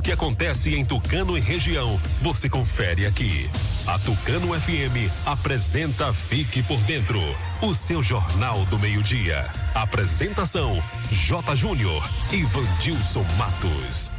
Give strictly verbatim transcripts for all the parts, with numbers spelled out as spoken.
que acontece em Tucano e região, você confere aqui. A Tucano F M apresenta Fique por Dentro, o seu jornal do meio-dia. Apresentação: J. Júnior e Vandilson Matos.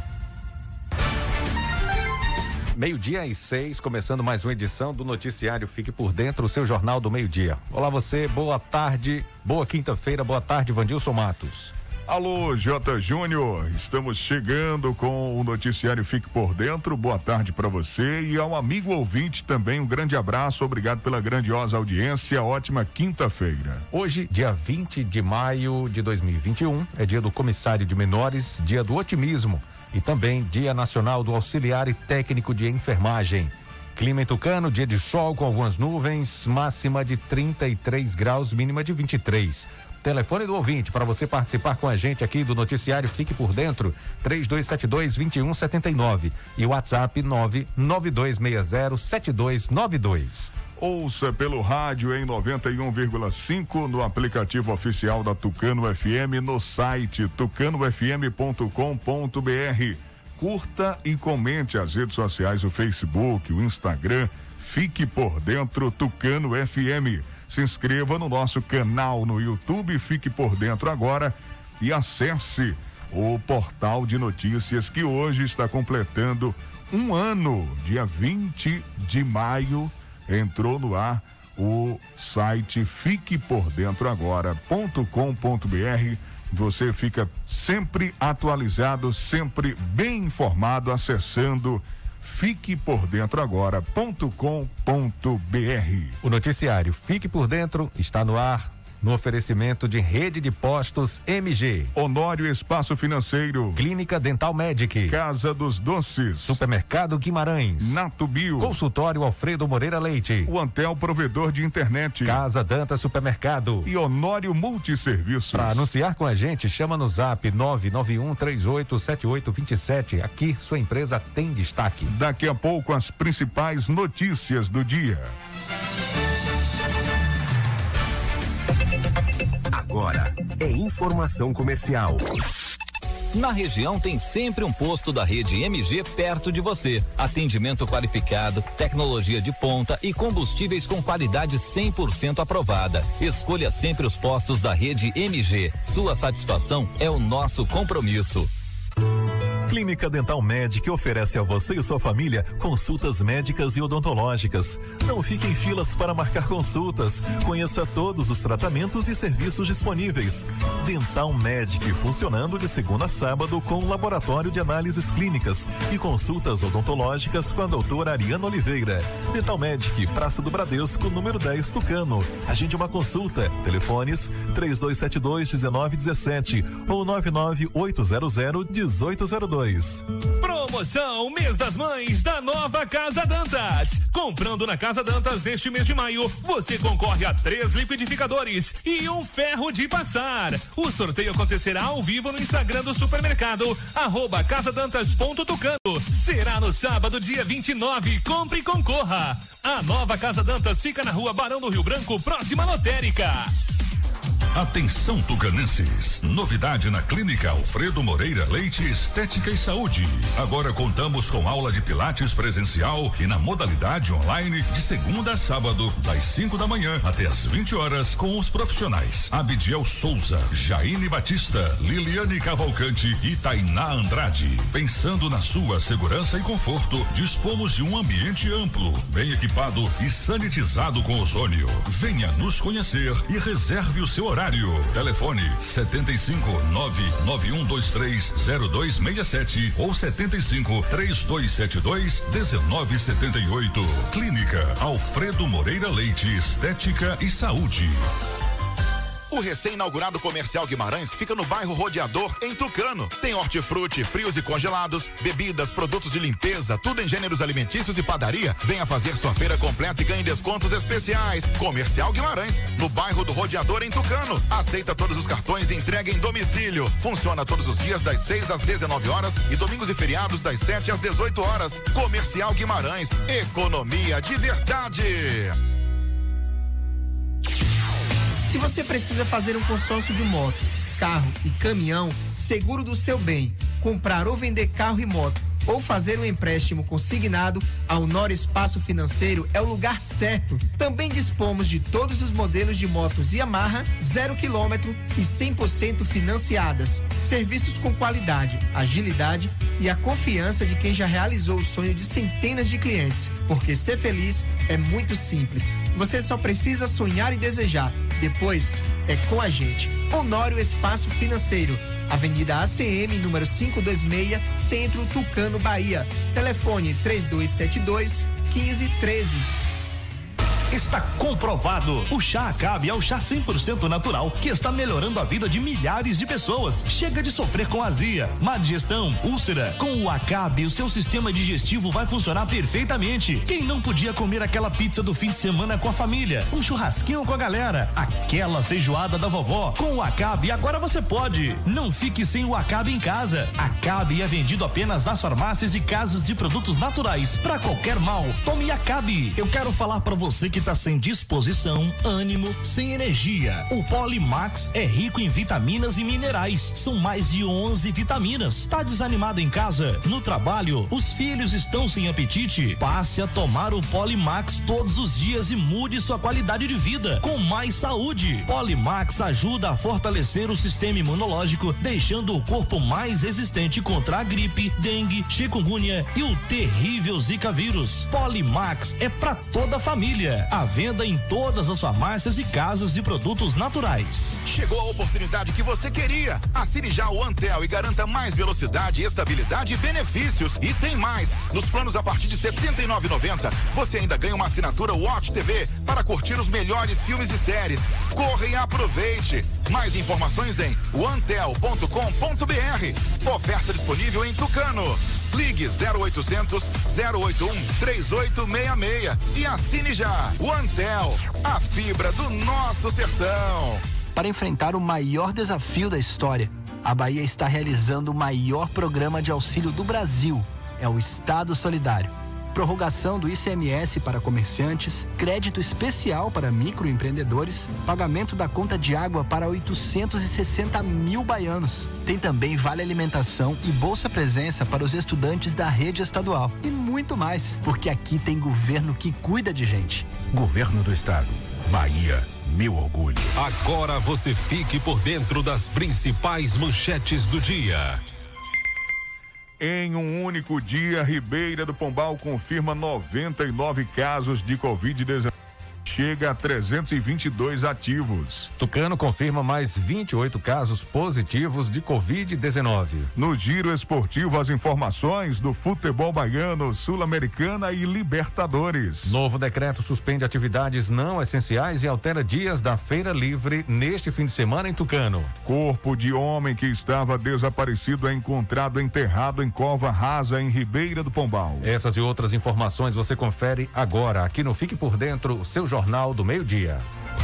Meio-dia e seis, começando mais uma edição do noticiário Fique por Dentro, o seu jornal do meio-dia. Olá você, boa tarde, boa quinta-feira, boa tarde, Vandilson Matos. Alô, J. Júnior, estamos chegando com o noticiário Fique por Dentro. Boa tarde para você e ao amigo ouvinte também um grande abraço, obrigado pela grandiosa audiência, ótima quinta-feira. Hoje, dia vinte de maio de dois mil e vinte e um, é dia do comissário de menores, dia do otimismo e também dia nacional do auxiliar e técnico de enfermagem. Clima em Tucano, dia de sol com algumas nuvens, máxima de trinta e três graus, mínima de vinte e três. Telefone do ouvinte para você participar com a gente aqui do noticiário Fique por Dentro, três dois sete dois, dois um sete nove e o WhatsApp nove nove dois seis zero sete dois nove dois. Ouça pelo rádio em noventa e um vírgula cinco, no aplicativo oficial da Tucano F M, no site tucano f m ponto com ponto b r. Curta e comente as redes sociais, o Facebook, o Instagram, Fique por Dentro Tucano F M. Se inscreva no nosso canal no YouTube, Fique por Dentro agora e acesse o portal de notícias que hoje está completando um ano, dia vinte de maio, entrou no ar o site fique por dentro agora ponto com ponto b r. Você fica sempre atualizado, sempre bem informado, acessando fique por dentro agora ponto com ponto b r. O noticiário Fique por Dentro está no ar no oferecimento de Rede de Postos M G, Honório Espaço Financeiro, Clínica Dental Medic, Casa dos Doces, Supermercado Guimarães, Nato Bio, Consultório Alfredo Moreira Leite, o Antel Provedor de Internet, Casa Dantas Supermercado e Honório Multisserviços. Para anunciar com a gente, chama no zap nove nove um três oito sete oito dois sete. Aqui sua empresa tem destaque. Daqui a pouco as principais notícias do dia. Agora é informação comercial. Na região tem sempre um posto da rede M G perto de você. Atendimento qualificado, tecnologia de ponta e combustíveis com qualidade cem por cento aprovada. Escolha sempre os postos da rede M G. Sua satisfação é o nosso compromisso. Clínica Dental Medic oferece a você e sua família consultas médicas e odontológicas. Não fique em filas para marcar consultas. Conheça todos os tratamentos e serviços disponíveis. Dental Medic funcionando de segunda a sábado com laboratório de análises clínicas e consultas odontológicas com a doutora Ariana Oliveira. Dental Medic, Praça do Bradesco, número dez, Tucano. Agende uma consulta. Telefones três dois sete dois, um nove um sete ou nove nove oito zero zero, um oito zero dois. Promoção Mês das Mães da Nova Casa Dantas. Comprando na Casa Dantas neste mês de maio, você concorre a três liquidificadores e um ferro de passar. O sorteio acontecerá ao vivo no Instagram do supermercado, arroba casadantas ponto tucano. Será no sábado, dia vinte e nove. Compre e concorra. A Nova Casa Dantas fica na rua Barão do Rio Branco, próxima lotérica. Atenção tucanenses, novidade na Clínica Alfredo Moreira Leite Estética e Saúde. Agora contamos com aula de pilates presencial e na modalidade online de segunda a sábado, das cinco da manhã até as vinte horas, com os profissionais Abidiel Souza, Jaine Batista, Liliane Cavalcante e Tainá Andrade. Pensando na sua segurança e conforto, dispomos de um ambiente amplo, bem equipado e sanitizado com ozônio. Venha nos conhecer e reserve o seu horário. Telefone setenta e cinco, nove nove um dois três zero dois seis sete ou setenta e cinco, três dois sete dois, um nove sete oito. Clínica Alfredo Moreira Leite Estética e Saúde. O recém-inaugurado Comercial Guimarães fica no bairro Rodeador, em Tucano. Tem hortifruti, frios e congelados, bebidas, produtos de limpeza, tudo em gêneros alimentícios e padaria. Venha fazer sua feira completa e ganhe descontos especiais. Comercial Guimarães, no bairro do Rodeador, em Tucano. Aceita todos os cartões e entrega em domicílio. Funciona todos os dias das seis às dezenove horas e domingos e feriados das sete às dezoito horas. Comercial Guimarães, economia de verdade. Se você precisa fazer um consórcio de moto, carro e caminhão, seguro do seu bem comprar ou vender carro e moto ou fazer um empréstimo consignado, a Honório Espaço Financeiro é o lugar certo. Também dispomos de todos os modelos de motos Yamaha, zero quilômetro e cem por cento financiadas. Serviços com qualidade, agilidade e a confiança de quem já realizou o sonho de centenas de clientes. Porque ser feliz é muito simples. Você só precisa sonhar e desejar. Depois é com a gente. Honório Espaço Financeiro. Avenida A C M, número quinhentos e vinte e seis, Centro, Tucano, Bahia. Telefone três dois sete dois, um cinco um três. Está comprovado. O chá Acabe é o chá cem por cento natural que está melhorando a vida de milhares de pessoas. Chega de sofrer com azia, má digestão, úlcera. Com o Acabe, o seu sistema digestivo vai funcionar perfeitamente. Quem não podia comer aquela pizza do fim de semana com a família, um churrasquinho com a galera, aquela feijoada da vovó, com o Acabe agora você pode. Não fique sem o Acabe em casa. Acabe é vendido apenas nas farmácias e casas de produtos naturais. Para qualquer mal, tome Acabe. Eu quero falar para você que tá sem disposição, ânimo, sem energia. O Polimax é rico em vitaminas e minerais. São mais de onze vitaminas. Tá desanimado em casa? No trabalho? Os filhos estão sem apetite? Passe a tomar o Polimax todos os dias e mude sua qualidade de vida com mais saúde. Polimax ajuda a fortalecer o sistema imunológico, deixando o corpo mais resistente contra a gripe, dengue, chikungunya e o terrível Zika vírus. Polimax é pra toda a família. À venda em todas as farmácias e casas de produtos naturais. Chegou a oportunidade que você queria. Assine já o Antel e garanta mais velocidade, estabilidade e benefícios. E tem mais. Nos planos a partir de setenta e nove reais e noventa centavos, você ainda ganha uma assinatura Watch T V para curtir os melhores filmes e séries. Corre e aproveite. Mais informações em antel ponto com ponto br. Oferta disponível em Tucano. Ligue zero oitocentos, zero oito um, três oito seis seis e assine já. O Antel, a fibra do nosso sertão. Para enfrentar o maior desafio da história, a Bahia está realizando o maior programa de auxílio do Brasil. É o Estado Solidário. Prorrogação do I C M S para comerciantes, crédito especial para microempreendedores, pagamento da conta de água para oitocentos e sessenta mil baianos. Tem também vale alimentação e bolsa presença para os estudantes da rede estadual. E muito mais, porque aqui tem governo que cuida de gente. Governo do Estado. Bahia, meu orgulho. Agora você fique por dentro das principais manchetes do dia. Em um único dia, Ribeira do Pombal confirma noventa e nove casos de covid dezenove. Chega a trezentos e vinte e dois ativos. Tucano confirma mais vinte e oito casos positivos de covid dezenove. No giro esportivo, as informações do futebol baiano, Sul-Americana e Libertadores. Novo decreto suspende atividades não essenciais e altera dias da Feira Livre neste fim de semana em Tucano. Corpo de homem que estava desaparecido é encontrado enterrado em cova rasa em Ribeira do Pombal. Essas e outras informações você confere agora aqui no Fique por Dentro, seu Jornal do Meio-Dia.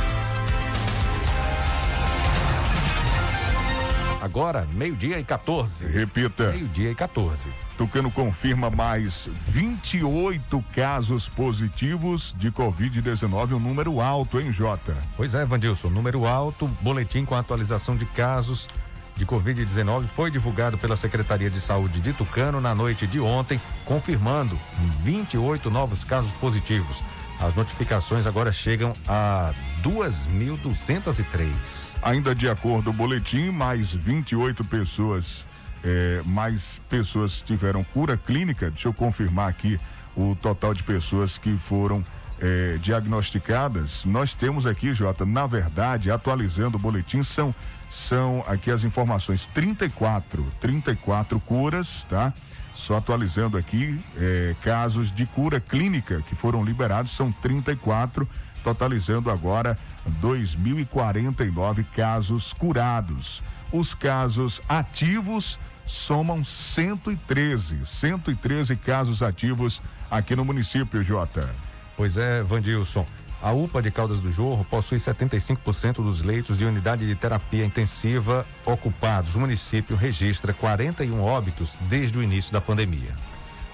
Agora, meio-dia e quatorze. Repita. Meio-dia e quatorze. Tucano confirma mais vinte e oito casos positivos de covid dezenove, um número alto, hein, Jota? Pois é, Vandilson, número alto, boletim com atualização de casos de covid dezenove foi divulgado pela Secretaria de Saúde de Tucano na noite de ontem, confirmando vinte e oito novos casos positivos. As notificações agora chegam a duas mil duzentos e três. Ainda de acordo com o boletim, mais vinte e oito pessoas, é, mais pessoas tiveram cura clínica. Deixa eu confirmar aqui o total de pessoas que foram é, diagnosticadas. Nós temos aqui, Jota, na verdade, atualizando o boletim, são, são aqui as informações, trinta e quatro, trinta e quatro curas, tá? Só atualizando aqui, eh, casos de cura clínica que foram liberados são trinta e quatro, totalizando agora dois mil e quarenta e nove casos curados. Os casos ativos somam cento e treze, cento e treze casos ativos aqui no município, Jota. Pois é, Vandilson. A U P A de Caldas do Jorro possui setenta e cinco por cento dos leitos de unidade de terapia intensiva ocupados. O município registra quarenta e um óbitos desde o início da pandemia.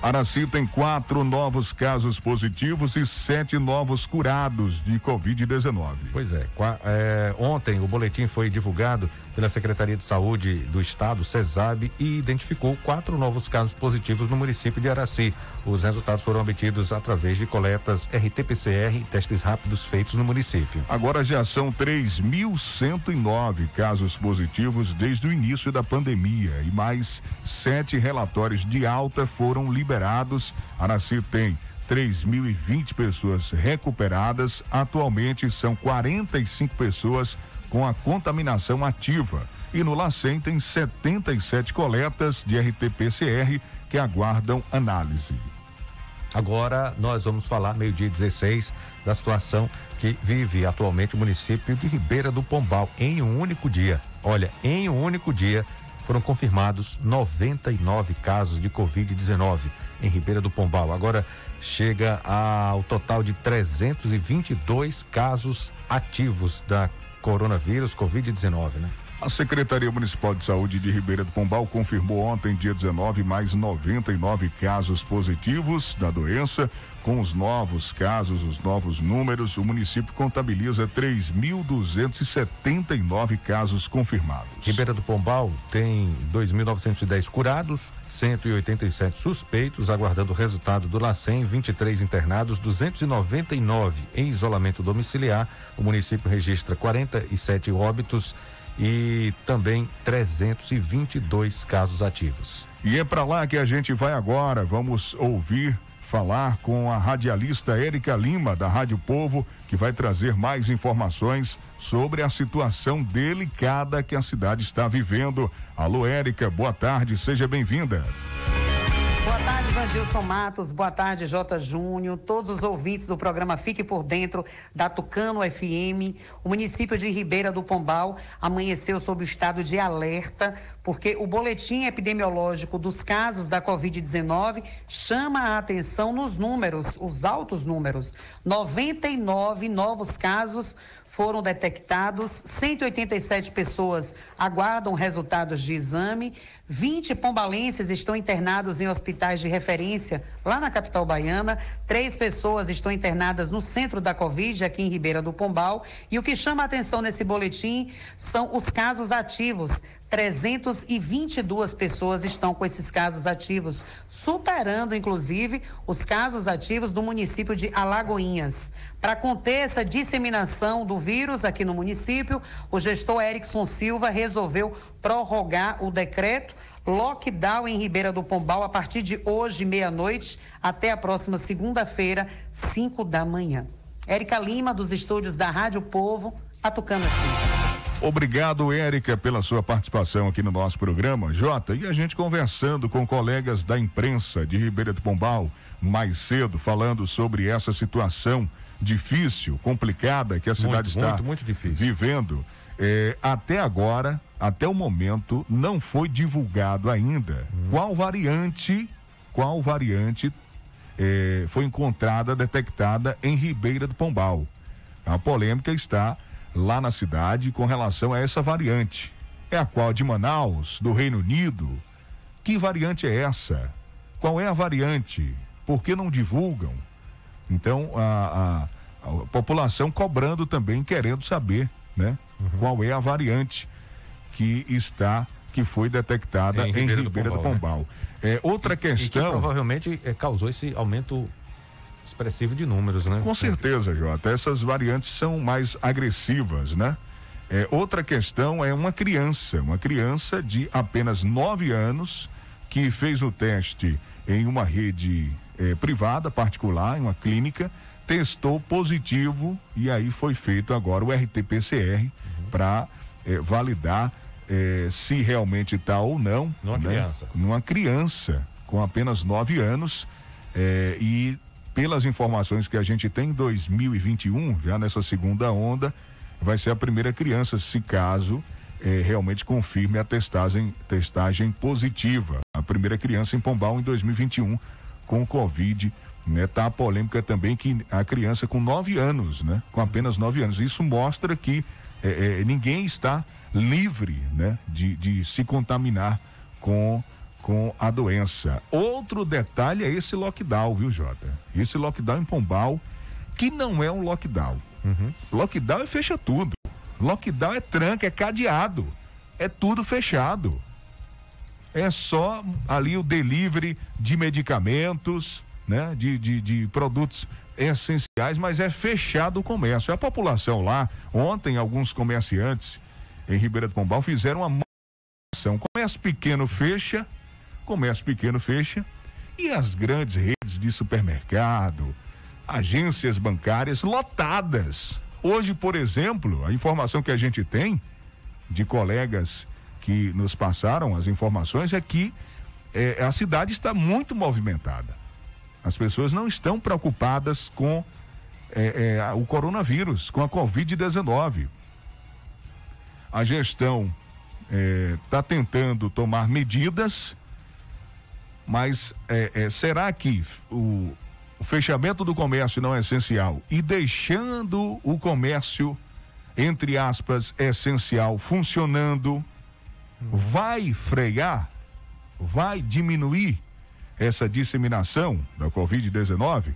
Araci tem quatro novos casos positivos e sete novos curados de covid dezenove. Pois é, é, ontem o boletim foi divulgado pela Secretaria de Saúde do Estado, CESAB, e identificou quatro novos casos positivos no município de Araci. Os resultados foram obtidos através de coletas R T P C R e testes rápidos feitos no município. Agora já são três mil cento e nove casos positivos desde o início da pandemia e mais sete relatórios de alta foram liberados. Araci tem três mil e vinte pessoas recuperadas. Atualmente são quarenta e cinco pessoas com a contaminação ativa. E no LACEN tem setenta e sete coletas de R T P C R que aguardam análise. Agora nós vamos falar, meio-dia dezesseis, da situação que vive atualmente o município de Ribeira do Pombal. Em um único dia, olha, em um único dia, foram confirmados noventa e nove casos de covid dezenove em Ribeira do Pombal. Agora chega ao total de trezentos e vinte e dois casos ativos da coronavírus covid dezenove, né? A Secretaria Municipal de Saúde de Ribeira do Pombal confirmou ontem, dia dezenove, mais noventa e nove casos positivos da doença. Com os novos casos, os novos números, o município contabiliza três mil duzentos e setenta e nove casos confirmados. Ribeira do Pombal tem dois mil novecentos e dez curados, cento e oitenta e sete suspeitos, aguardando o resultado do LACEN, vinte e três internados, duzentos e noventa e nove em isolamento domiciliar. O município registra quarenta e sete óbitos e também trezentos e vinte e dois casos ativos. E é para lá que a gente vai agora. Vamos ouvir falar com a radialista Érica Lima, da Rádio Povo, que vai trazer mais informações sobre a situação delicada que a cidade está vivendo. Alô, Érica, boa tarde, seja bem-vinda. Boa tarde, Vandilson Matos, boa tarde, J. Júnior, todos os ouvintes do programa Fique por Dentro da Tucano F M. O município de Ribeira do Pombal amanheceu sob o estado de alerta, porque o boletim epidemiológico dos casos da covid dezenove chama a atenção nos números, os altos números. noventa e nove novos casos foram detectados, cento e oitenta e sete pessoas aguardam resultados de exame, vinte pombalenses estão internados em hospitais de referência lá na capital baiana, três pessoas estão internadas no centro da Covid, aqui em Ribeira do Pombal, e o que chama a atenção nesse boletim são os casos ativos. trezentas e vinte e duas pessoas estão com esses casos ativos, superando, inclusive, os casos ativos do município de Alagoinhas. Para conter essa disseminação do vírus aqui no município, o gestor Erickson Silva resolveu prorrogar o decreto lockdown em Ribeira do Pombal a partir de hoje, meia-noite, até a próxima segunda-feira, cinco da manhã. Érica Lima, dos estúdios da Rádio Povo, a Tucano aqui. Obrigado, Érica, pela sua participação aqui no nosso programa. Jota, e a gente conversando com colegas da imprensa de Ribeira do Pombal mais cedo, falando sobre essa situação difícil, complicada que a cidade muito, está muito, muito difícil. vivendo. É, até agora, até o momento, não foi divulgado ainda hum. qual variante, qual variante é, foi encontrada, detectada em Ribeira do Pombal. A polêmica está lá na cidade com relação a essa variante. É a qual de Manaus, do Reino Unido? Que variante é essa? Qual é a variante? Por que não divulgam? Então, a, a, a população cobrando também, querendo saber, né? Uhum. Qual é a variante que está, que foi detectada em Ribeira, em Ribeira do Pombal. Do Pombal. Né? É, outra e, questão... E que provavelmente é, causou esse aumento expressivo de números, né? Com certeza, Jota. Essas variantes são mais agressivas, né? É, outra questão é uma criança, uma criança de apenas nove anos que fez o teste em uma rede é, privada, particular, em uma clínica, testou positivo e aí foi feito agora o R T P C R uhum. para é, validar é, se realmente está ou não. Numa né? criança. Numa criança com apenas nove anos é, e pelas informações que a gente tem, em dois mil e vinte e um, já nessa segunda onda, vai ser a primeira criança, se caso eh, realmente confirme a testagem, testagem positiva. A primeira criança em Pombal em dois mil e vinte e um com Covid, né? Tá a polêmica também que a criança com nove anos, né? Com apenas nove anos. Isso mostra que eh, eh, ninguém está livre, né? De, de se contaminar com com a doença. Outro detalhe é esse lockdown, viu, Jota? Esse lockdown em Pombal, que não é um lockdown. Uhum. Lockdown é fecha tudo. Lockdown é tranca, é cadeado. É tudo fechado. É só ali o delivery de medicamentos, né? De, de, de produtos essenciais, mas é fechado o comércio. A população lá, ontem alguns comerciantes em Ribeira do Pombal fizeram uma mobilização. Comércio pequeno fecha, comércio pequeno fecha, e as grandes redes de supermercado, agências bancárias lotadas. Hoje, por exemplo, a informação que a gente tem de colegas que nos passaram as informações é que eh, a cidade está muito movimentada. As pessoas não estão preocupadas com eh, eh, o coronavírus, com a covid dezenove. A gestão está eh, tentando tomar medidas, mas eh, eh, será que o, o fechamento do comércio não é essencial e deixando o comércio, entre aspas, essencial funcionando, vai frear, vai diminuir essa disseminação da covid dezenove?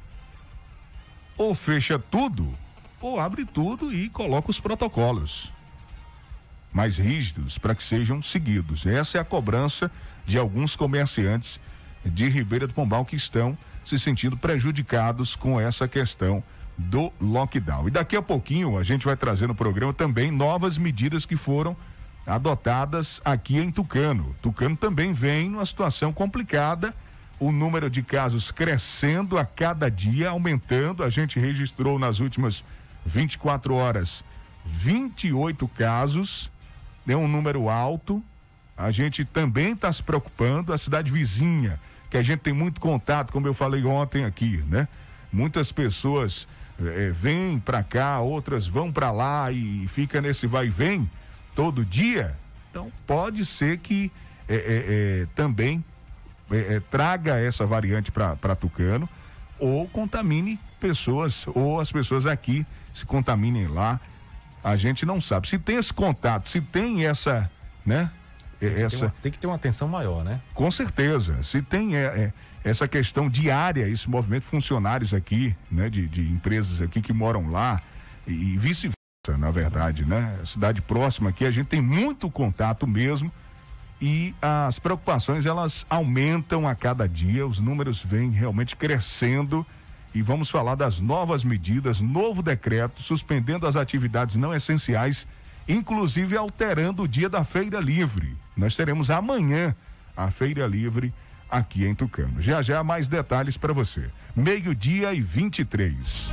Ou fecha tudo, ou abre tudo e coloca os protocolos mais rígidos para que sejam seguidos. Essa é a cobrança de alguns comerciantes de Ribeira do Pombal que estão se sentindo prejudicados com essa questão do lockdown. E daqui a pouquinho a gente vai trazer no programa também novas medidas que foram adotadas aqui em Tucano. Tucano também vem numa situação complicada, o número de casos crescendo a cada dia, aumentando. A gente registrou nas últimas vinte e quatro horas vinte e oito casos, é um número alto. A gente também está se preocupando, a cidade vizinha, que a gente tem muito contato, como eu falei ontem aqui, né? Muitas pessoas eh, vêm para cá, outras vão para lá e fica nesse vai e vem todo dia. Então pode ser que eh, eh, eh, também eh, eh, traga essa variante para Tucano, ou contamine pessoas, ou as pessoas aqui se contaminem lá. A gente não sabe. Se tem esse contato, se tem essa, né? Tem que, essa... uma, tem que ter uma atenção maior, né? Com certeza. Se tem é, é, essa questão diária, esse movimento de funcionários aqui, né? De, de empresas aqui que moram lá e vice-versa, na verdade, né? A cidade próxima aqui, a gente tem muito contato mesmo e as preocupações, elas aumentam a cada dia, os números vêm realmente crescendo. E vamos falar das novas medidas, novo decreto suspendendo as atividades não essenciais, inclusive alterando o dia da Feira Livre. Nós teremos amanhã a Feira Livre aqui em Tucano. Já já mais detalhes para você. Meio-dia e vinte e três.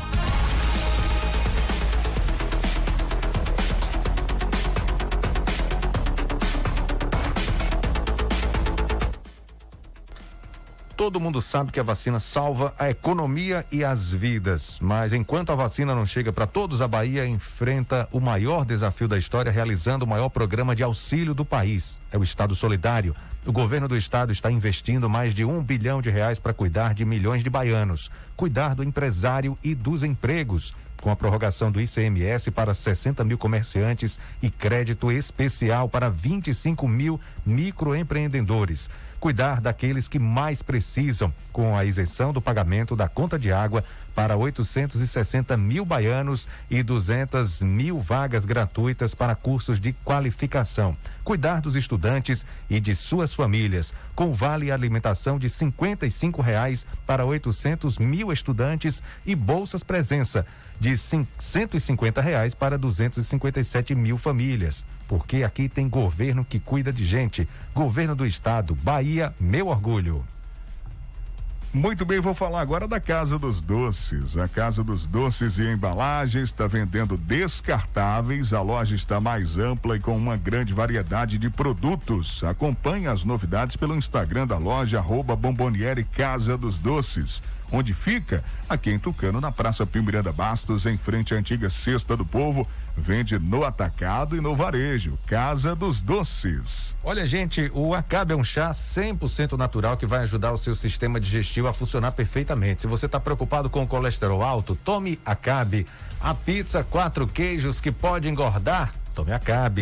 Todo mundo sabe que a vacina salva a economia e as vidas, mas enquanto a vacina não chega para todos, a Bahia enfrenta o maior desafio da história, realizando o maior programa de auxílio do país. É o Estado Solidário. O governo do estado está investindo mais de um bilhão de reais para cuidar de milhões de baianos, cuidar do empresário e dos empregos, com a prorrogação do I C M S para sessenta mil comerciantes e crédito especial para vinte e cinco mil microempreendedores. Cuidar daqueles que mais precisam, com a isenção do pagamento da conta de água para oitocentos e sessenta mil baianos e duzentas mil vagas gratuitas para cursos de qualificação. Cuidar dos estudantes e de suas famílias, com vale alimentação de cinquenta e cinco reais para oitocentos mil estudantes e bolsas presença de cento e cinquenta reais para duzentos e cinquenta e sete mil famílias. Porque aqui tem governo que cuida de gente. Governo do estado, Bahia, meu orgulho. Muito bem, vou falar agora da Casa dos Doces. A Casa dos Doces e Embalagens está vendendo descartáveis. A loja está mais ampla e com uma grande variedade de produtos. Acompanhe as novidades pelo Instagram da loja, arroba Bomboniere Casa dos Doces. Onde fica? Aqui em Tucano, na Praça Pio Miranda Bastos, em frente à antiga Cesta do Povo. Vende no atacado e no varejo. Casa dos Doces. Olha, gente, o Acabe é um chá cem por cento natural que vai ajudar o seu sistema digestivo a funcionar perfeitamente. Se você está preocupado com o colesterol alto, tome Acabe. A pizza quatro queijos que pode engordar, tome Acabe.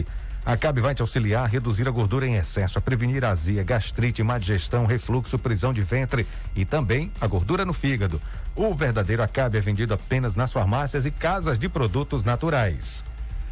A Acabe vai te auxiliar a reduzir a gordura em excesso, a prevenir azia, gastrite, má digestão, refluxo, prisão de ventre e também a gordura no fígado. O verdadeiro Acabe é vendido apenas nas farmácias e casas de produtos naturais.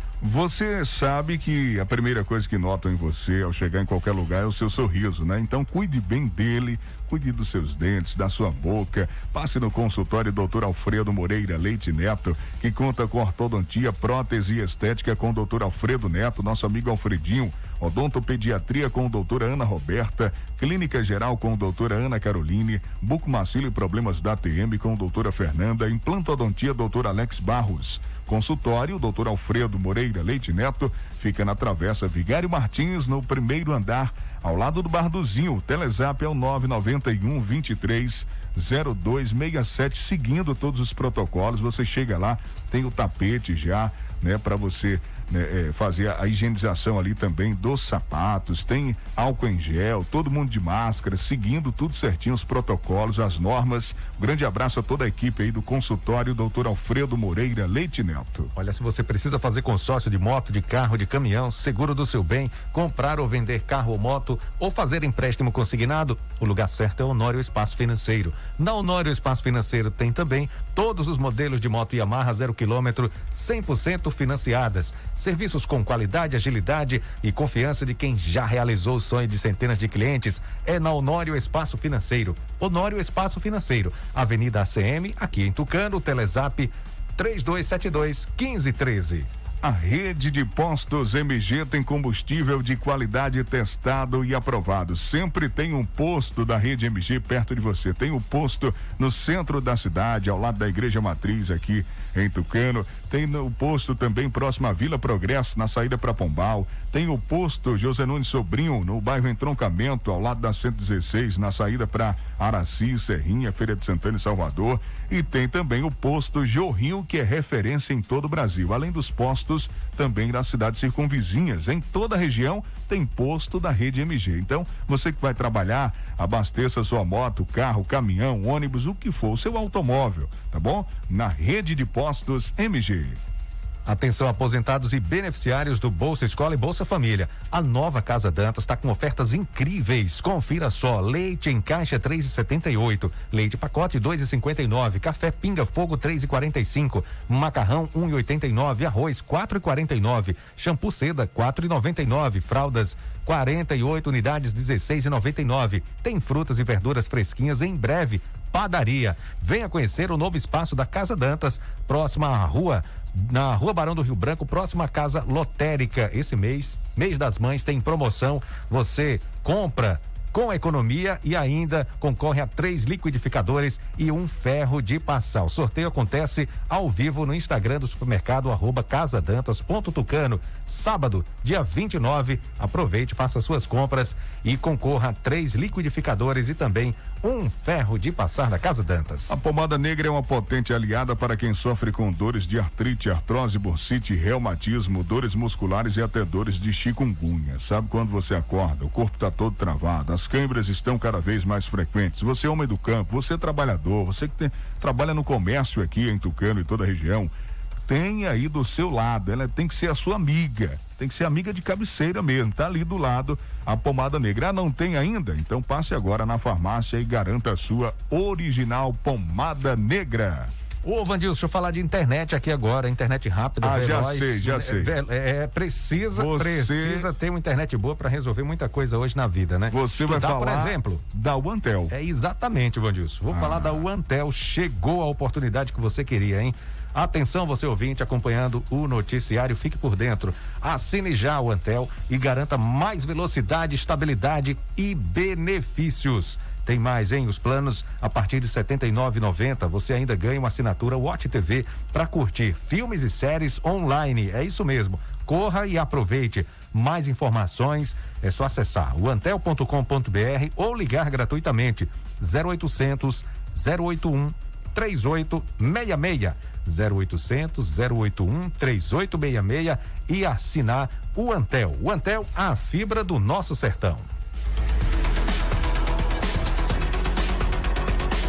Você sabe que a primeira coisa que notam em você ao chegar em qualquer lugar é o seu sorriso, né? Então cuide bem dele, cuide dos seus dentes, da sua boca. Passe no consultório doutor Alfredo Moreira Leite Neto, que conta com ortodontia, prótese e estética com o doutor Alfredo Neto, nosso amigo Alfredinho. Odontopediatria com a doutora Ana Roberta, Clínica Geral com a doutora Ana Caroline, Bucomacilo e Problemas da T M com a doutora Fernanda, Implantodontia doutor Alex Barros. Consultório doutor Alfredo Moreira Leite Neto, fica na Travessa Vigário Martins, no primeiro andar, ao lado do Barduzinho. O Telezap é o nove nove um, vinte e três, zero dois seis sete. Seguindo todos os protocolos, você chega lá, tem o tapete já, né, para você né, é, fazer a, a higienização ali também dos sapatos, tem álcool em gel, todo mundo de máscara, seguindo tudo certinho, os protocolos, as normas. Um grande abraço a toda a equipe aí do consultório doutor Alfredo Moreira Leite Neto. Olha, se você precisa fazer consórcio de moto, de carro, de caminhão, seguro do seu bem, comprar ou vender carro ou moto, ou fazer empréstimo consignado, o lugar certo é o Honório Espaço Financeiro. Na Honório Espaço Financeiro tem também todos os modelos de moto Yamaha zero quilômetro, cem por cento financiadas. Serviços com qualidade, agilidade e confiança de quem já realizou o sonho de centenas de clientes é na Honório Espaço Financeiro. Honório Espaço Financeiro, Avenida A C M, aqui em Tucano, Telezap três dois sete dois, um cinco um três. A rede de postos M G tem combustível de qualidade testado e aprovado. Sempre tem um posto da rede M G perto de você. Tem um posto no centro da cidade, ao lado da Igreja Matriz aqui em Tucano. Tem o posto também próximo à Vila Progresso, na saída para Pombal. Tem o posto José Nunes Sobrinho, no bairro Entroncamento, ao lado da cento e dezesseis, na saída para Araci, Serrinha, Feira de Santana e Salvador. E tem também o posto Jorrinho, que é referência em todo o Brasil. Além dos postos também das cidades circunvizinhas, em toda a região tem posto da rede M G. Então, você que vai trabalhar, abasteça sua moto, carro, caminhão, ônibus, o que for, o seu automóvel, tá bom? Na rede de postos M G. Atenção, aposentados e beneficiários do Bolsa Escola e Bolsa Família. A nova Casa Dantas está com ofertas incríveis. Confira só: leite em caixa três e setenta e oito, leite pacote dois e cinquenta e nove, café Pinga Fogo três e quarenta e cinco, macarrão um e oitenta e nove, arroz quatro e quarenta e nove, shampoo Seda quatro e noventa e nove, fraldas quarenta e oito unidades dezesseis e noventa e nove. Tem frutas e verduras fresquinhas em breve. Padaria. Venha conhecer o novo espaço da Casa Dantas, próxima à rua, na Rua Barão do Rio Branco, próxima à Casa Lotérica. Esse mês, mês das mães, tem promoção. Você compra com a economia e ainda concorre a três liquidificadores e um ferro de passar. O sorteio acontece ao vivo no Instagram do supermercado, arroba casadantas ponto tucano. Sábado, dia vinte e nove, aproveite, faça suas compras e concorra a três liquidificadores e também um ferro de passar da Casa Dantas. A pomada negra é uma potente aliada para quem sofre com dores de artrite, artrose, bursite, reumatismo, dores musculares e até dores de chikungunya. Sabe quando você acorda, o corpo está todo travado, as câimbras estão cada vez mais frequentes. Você é homem do campo, você é trabalhador, você que tem, trabalha no comércio aqui em Tucano e toda a região, tem aí do seu lado, ela tem que ser a sua amiga, tem que ser amiga de cabeceira mesmo, tá ali do lado a pomada negra. Ah, não tem ainda? Então passe agora na farmácia e garanta a sua original pomada negra. Ô, Vandilson, deixa eu falar de internet aqui agora, internet rápida, ah, veloz. já sei, já sei. É, é, precisa, Você... precisa ter uma internet boa para resolver muita coisa hoje na vida, né? Você Estudar, vai falar, por exemplo, da Uantel. É exatamente, Vandilson. Vou ah. falar da Uantel. Chegou a oportunidade que você queria, hein? Atenção, você ouvinte acompanhando o noticiário, fique por dentro. Assine já o Antel e garanta mais velocidade, estabilidade e benefícios. Tem mais, hein? Os planos a partir de setenta e nove reais e noventa centavos. Você ainda ganha uma assinatura Watch T V para curtir filmes e séries online. É isso mesmo. Corra e aproveite. Mais informações é só acessar o antel ponto com ponto br ou ligar gratuitamente zero oitocentos, zero oitenta e um, três oito seis seis. zero oitocentos, zero oitenta e um, três oito seis seis e assinar o Antel. O Antel, a fibra do nosso sertão.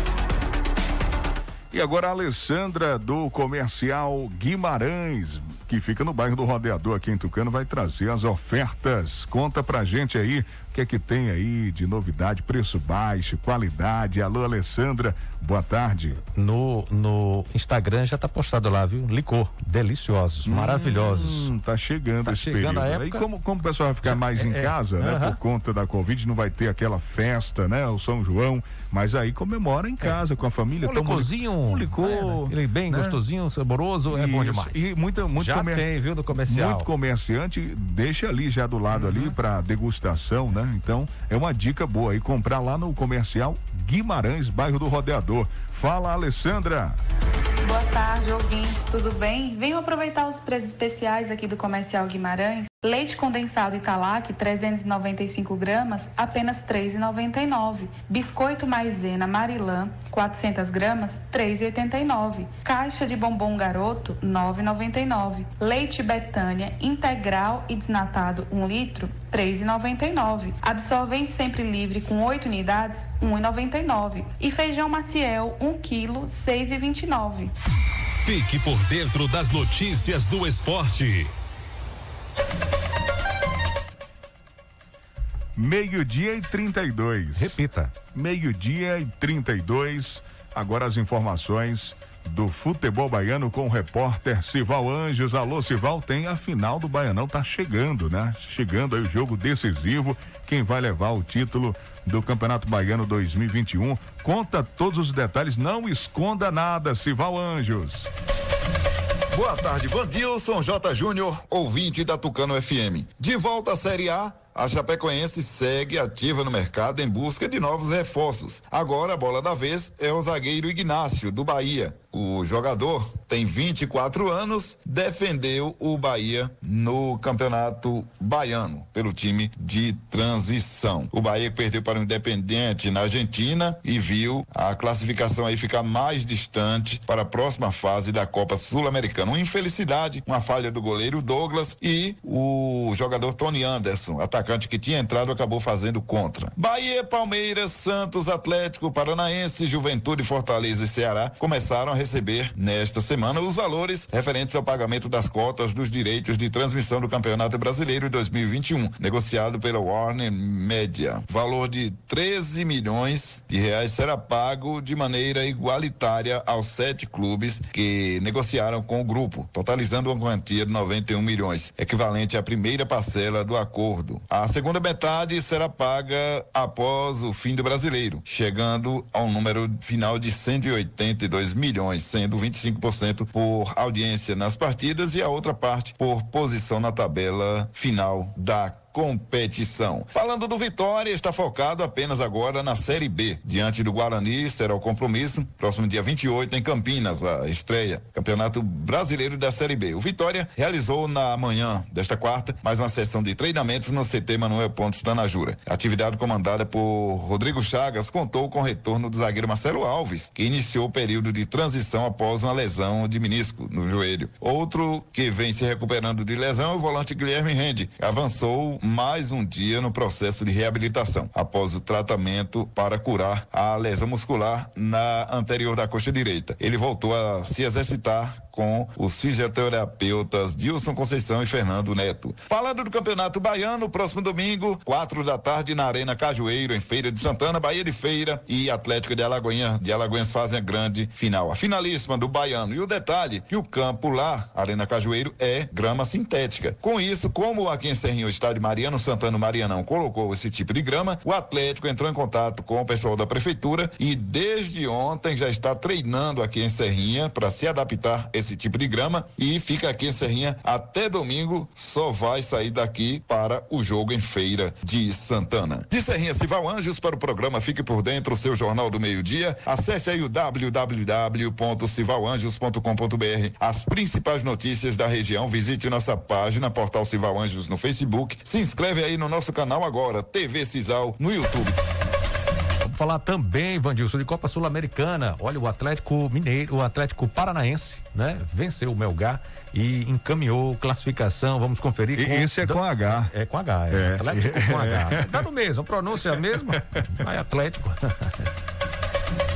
E agora a Alessandra do Comercial Guimarães, que fica no bairro do Rodeador, aqui em Tucano, vai trazer as ofertas. Conta pra gente aí o que é que tem aí de novidade, preço baixo, qualidade. Alô, Alessandra, boa tarde. No, no Instagram já tá postado lá, viu? Licor, deliciosos, hum, maravilhosos. Tá chegando tá esse chegando período. A época... Aí como, como o pessoal vai ficar mais é, em casa, é, né? Uh-huh. Por conta da Covid, não vai ter aquela festa, né? O São João, mas aí comemora em casa, é. com a família. Um licorzinho. Um licor. É, né? Ele bem né? gostosinho, saboroso, é Isso. bom demais. E muita, muito já comer... tem, viu, do comercial. Muito comerciante, deixa ali já do lado uhum. ali pra degustação, né? Então, é uma dica boa aí, comprar lá no comercial Guimarães, bairro do Rodeador. Fala, Alessandra. Boa tarde, ouvintes, tudo bem? Venham aproveitar os preços especiais aqui do Comercial Guimarães. Leite condensado Italac, trezentos e noventa e cinco gramas, apenas três reais e noventa e nove centavos. Biscoito Maizena Marilã, quatrocentas gramas, três reais e oitenta e nove centavos. Caixa de bombom Garoto, nove reais e noventa e nove centavos. Leite Betânia integral e desnatado, um litro, três reais e noventa e nove centavos. Absorvente Sempre Livre com oito unidades, um real e noventa e nove centavos. E feijão Maciel, um quilo, seis reais e vinte e nove centavos. Fique por dentro das notícias do esporte. Meio-dia e trinta e dois. Repita. Meio-dia e trinta e dois. Agora as informações do futebol baiano com o repórter Sival Anjos. Alô, Sival, tem a final do Baianão, tá chegando, né? Chegando aí o jogo decisivo. Quem vai levar o título do Campeonato Baiano dois mil e vinte e um? Conta todos os detalhes, não esconda nada, Sival Anjos. Boa tarde, Vandilson J. Júnior, ouvinte da Tucano F M. De volta à Série A, a Chapecoense segue ativa no mercado em busca de novos reforços. Agora a bola da vez é o zagueiro Ignácio, do Bahia. O jogador tem vinte e quatro anos, defendeu o Bahia no Campeonato Baiano, pelo time de transição. O Bahia perdeu para o Independiente na Argentina e viu a classificação aí ficar mais distante para a próxima fase da Copa Sul-Americana. Uma infelicidade, uma falha do goleiro Douglas e o jogador Tony Anderson, atacante que tinha entrado, acabou fazendo contra. Bahia, Palmeiras, Santos, Atlético Paranaense, Juventude, Fortaleza e Ceará começaram a receber nesta semana os valores referentes ao pagamento das cotas dos direitos de transmissão do Campeonato Brasileiro dois mil e vinte e um, negociado pela Warner Media. Valor de treze milhões de reais será pago de maneira igualitária aos sete clubes que negociaram com o grupo, totalizando uma quantia de noventa e um milhões, equivalente à primeira parcela do acordo. A segunda metade será paga após o fim do Brasileiro, chegando ao número final de cento e oitenta e dois milhões, sendo vinte e cinco por cento por audiência nas partidas e a outra parte por posição na tabela final da competição. Falando do Vitória, está focado apenas agora na Série B. Diante do Guarani, será o compromisso, próximo dia vinte e oito, em Campinas, a estreia, Campeonato Brasileiro da Série B. O Vitória realizou na manhã desta quarta mais uma sessão de treinamentos no C T Manuel Pontes Tanajura. A atividade comandada por Rodrigo Chagas contou com o retorno do zagueiro Marcelo Alves, que iniciou o período de transição após uma lesão de menisco no joelho. Outro que vem se recuperando de lesão é o volante Guilherme Rende. Avançou mais um dia no processo de reabilitação, após o tratamento para curar a lesão muscular na anterior da coxa direita. Ele voltou a se exercitar com os fisioterapeutas Dilson Conceição e Fernando Neto. Falando do Campeonato Baiano, próximo domingo, quatro da tarde, na Arena Cajueiro, em Feira de Santana, Bahia de Feira e Atlético de Alagoinhas, de Alagoinhas fazem a grande final, a finalíssima do Baiano. E o detalhe, que o campo lá, Arena Cajueiro, é grama sintética. Com isso, como aqui em Serrinho, o estádio Mariano Santana Marianão colocou esse tipo de grama, o Atlético entrou em contato com o pessoal da prefeitura e desde ontem já está treinando aqui em Serrinha para se adaptar a esse tipo de grama e fica aqui em Serrinha até domingo, só vai sair daqui para o jogo em Feira de Santana. De Serrinha, Sival Anjos para o programa Fique por Dentro, seu Jornal do Meio-Dia. Acesse aí o w w w ponto sival anjos ponto com ponto b r. As principais notícias da região, visite nossa página, Portal Sival Anjos no Facebook, se inscreve aí no nosso canal agora, T V Cisal no YouTube. Vamos falar também, Vandilson, de Copa Sul-Americana. Olha, o Atlético Mineiro, o Atlético Paranaense, né? Venceu o Melgar e encaminhou classificação. Vamos conferir. E com... Esse é com H. É com H, é. é. Atlético é. com H. Tá no mesmo, a pronúncia é a mesma, mas Atlético.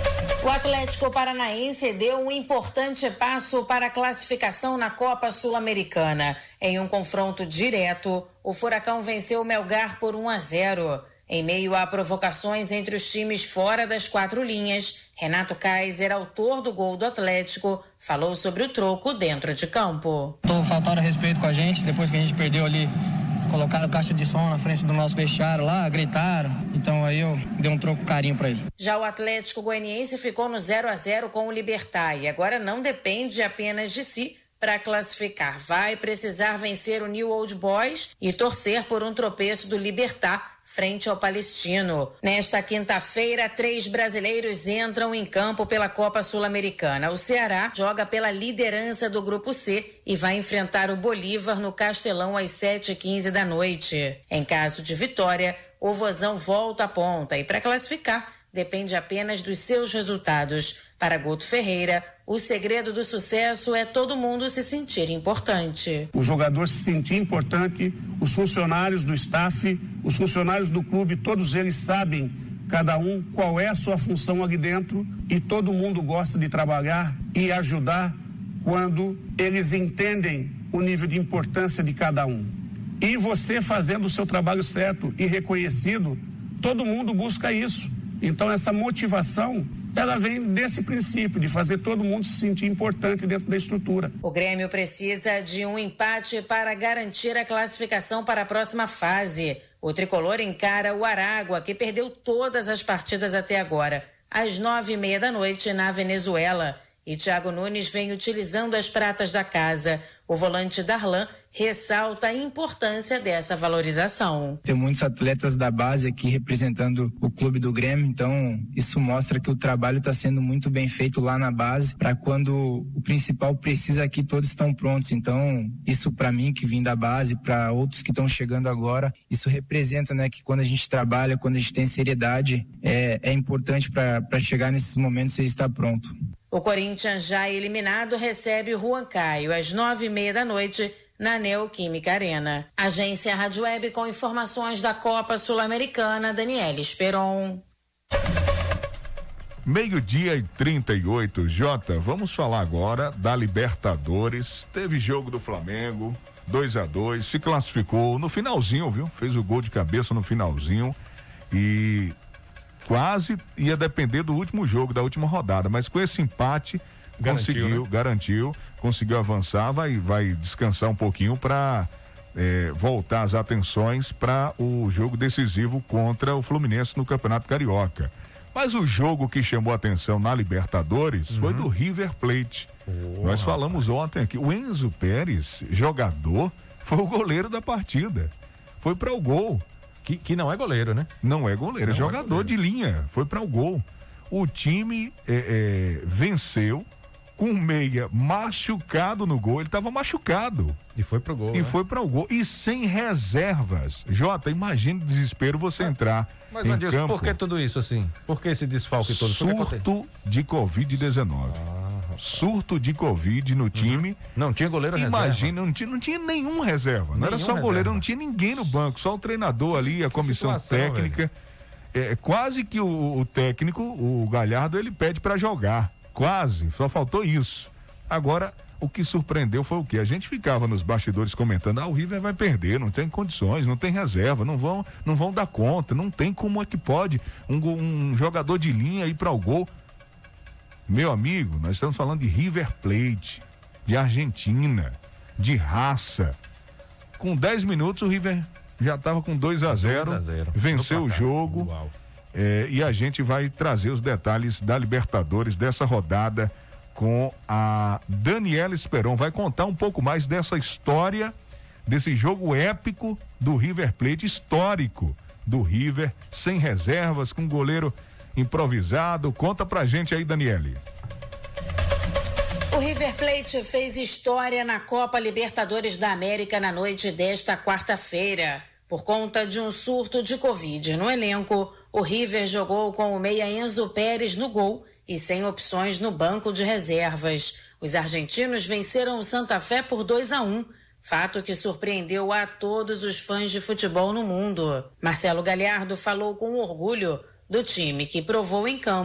O Atlético Paranaense deu um importante passo para a classificação na Copa Sul-Americana. Em um confronto direto, o Furacão venceu o Melgar por um a zero. Em meio a provocações entre os times fora das quatro linhas, Renato Kaiser, autor do gol do Atlético, falou sobre o troco dentro de campo. Faltaram respeito com a gente, depois que a gente perdeu ali, eles colocaram caixa de som na frente do nosso vestiário lá, gritaram, então aí eu dei um troco carinho pra eles. Já o Atlético Goianiense ficou no zero a zero com o Libertad e agora não depende apenas de si para classificar. Vai precisar vencer o New Old Boys e torcer por um tropeço do Libertad frente ao Palestino. Nesta quinta-feira, três brasileiros entram em campo pela Copa Sul-Americana. O Ceará joga pela liderança do Grupo C e vai enfrentar o Bolívar no Castelão às sete e quinze da noite. Em caso de vitória, o Vozão volta à ponta e para classificar depende apenas dos seus resultados. Para Guto Ferreira, o segredo do sucesso é todo mundo se sentir importante. O jogador se sentir importante, os funcionários do staff, os funcionários do clube, todos eles sabem, cada um, qual é a sua função ali dentro e todo mundo gosta de trabalhar e ajudar quando eles entendem o nível de importância de cada um. E você fazendo o seu trabalho certo e reconhecido, todo mundo busca isso. Então essa motivação, ela vem desse princípio de fazer todo mundo se sentir importante dentro da estrutura. O Grêmio precisa de um empate para garantir a classificação para a próxima fase. O tricolor encara o Aragua, que perdeu todas as partidas até agora. Às nove e meia da noite na Venezuela. E Thiago Nunes vem utilizando as pratas da casa. O volante Darlan ressalta a importância dessa valorização. Tem muitos atletas da base aqui representando o clube do Grêmio, então isso mostra que o trabalho está sendo muito bem feito lá na base, para quando o principal precisa aqui, todos estão prontos. Então isso, para mim que vim da base, para outros que estão chegando agora, isso representa, né, que quando a gente trabalha, quando a gente tem seriedade, é, é importante para chegar nesses momentos e estar pronto. O Corinthians, já eliminado, recebe o Juan Caio às nove e meia da noite na Neoquímica Arena. Agência Rádio Web com informações da Copa Sul-Americana, Daniela Esperon. Meio-dia e trinta e oito, Jota, vamos falar agora da Libertadores. Teve jogo do Flamengo, dois a dois, se classificou no finalzinho, viu? Fez o gol de cabeça no finalzinho e quase ia depender do último jogo, da última rodada, mas com esse empate garantiu, conseguiu, né? garantiu, conseguiu avançar, vai, vai descansar um pouquinho para é, voltar as atenções para o jogo decisivo contra o Fluminense no Campeonato Carioca. Mas o jogo que chamou a atenção na Libertadores uhum. foi do River Plate. Oh, Nós falamos rapaz. ontem aqui, o Enzo Pérez, jogador, foi o goleiro da partida, foi para o gol. Que, que não é goleiro, né? Não é goleiro, não é jogador é goleiro. de linha, foi para o gol. O time é, é, venceu com um meia machucado no gol, ele estava machucado. E foi pro gol. E né? foi para o gol, e sem reservas. Jota, imagina o desespero você ah, entrar mas, em Adilson, campo. Por que tudo isso assim? Por que esse desfalque todo? Surto de covid dezenove. Ah, Surto de Covid no time. Uhum. Não tinha goleiro Imagina, reserva. Imagina, não tinha, não tinha nenhum reserva. Não nenhum era só reserva. goleiro, não tinha ninguém no banco, só o treinador ali, a que comissão técnica. É, quase que o, o técnico, o Galhardo, ele pede para jogar. Quase, só faltou isso. Agora, o que surpreendeu foi o quê? A gente ficava nos bastidores comentando, ah, o River vai perder, não tem condições, não tem reserva, não vão, não vão dar conta, não tem como é que pode um, um jogador de linha ir para o gol. Meu amigo, nós estamos falando de River Plate, de Argentina, de raça. Com dez minutos o River já estava com dois a zero, venceu o jogo. É, e a gente vai trazer os detalhes da Libertadores dessa rodada com a Daniela Esperon. Vai contar um pouco mais dessa história, desse jogo épico do River Plate, histórico do River, sem reservas, com goleiro improvisado. Conta pra gente aí, Daniele. O River Plate fez história na Copa Libertadores da América na noite desta quarta-feira. Por conta de um surto de Covid no elenco, o River jogou com o meia Enzo Pérez no gol e sem opções no banco de reservas. Os argentinos venceram o Santa Fé por dois a um, fato que surpreendeu a todos os fãs de futebol no mundo. Marcelo Galhardo falou com orgulho do time que provou em campo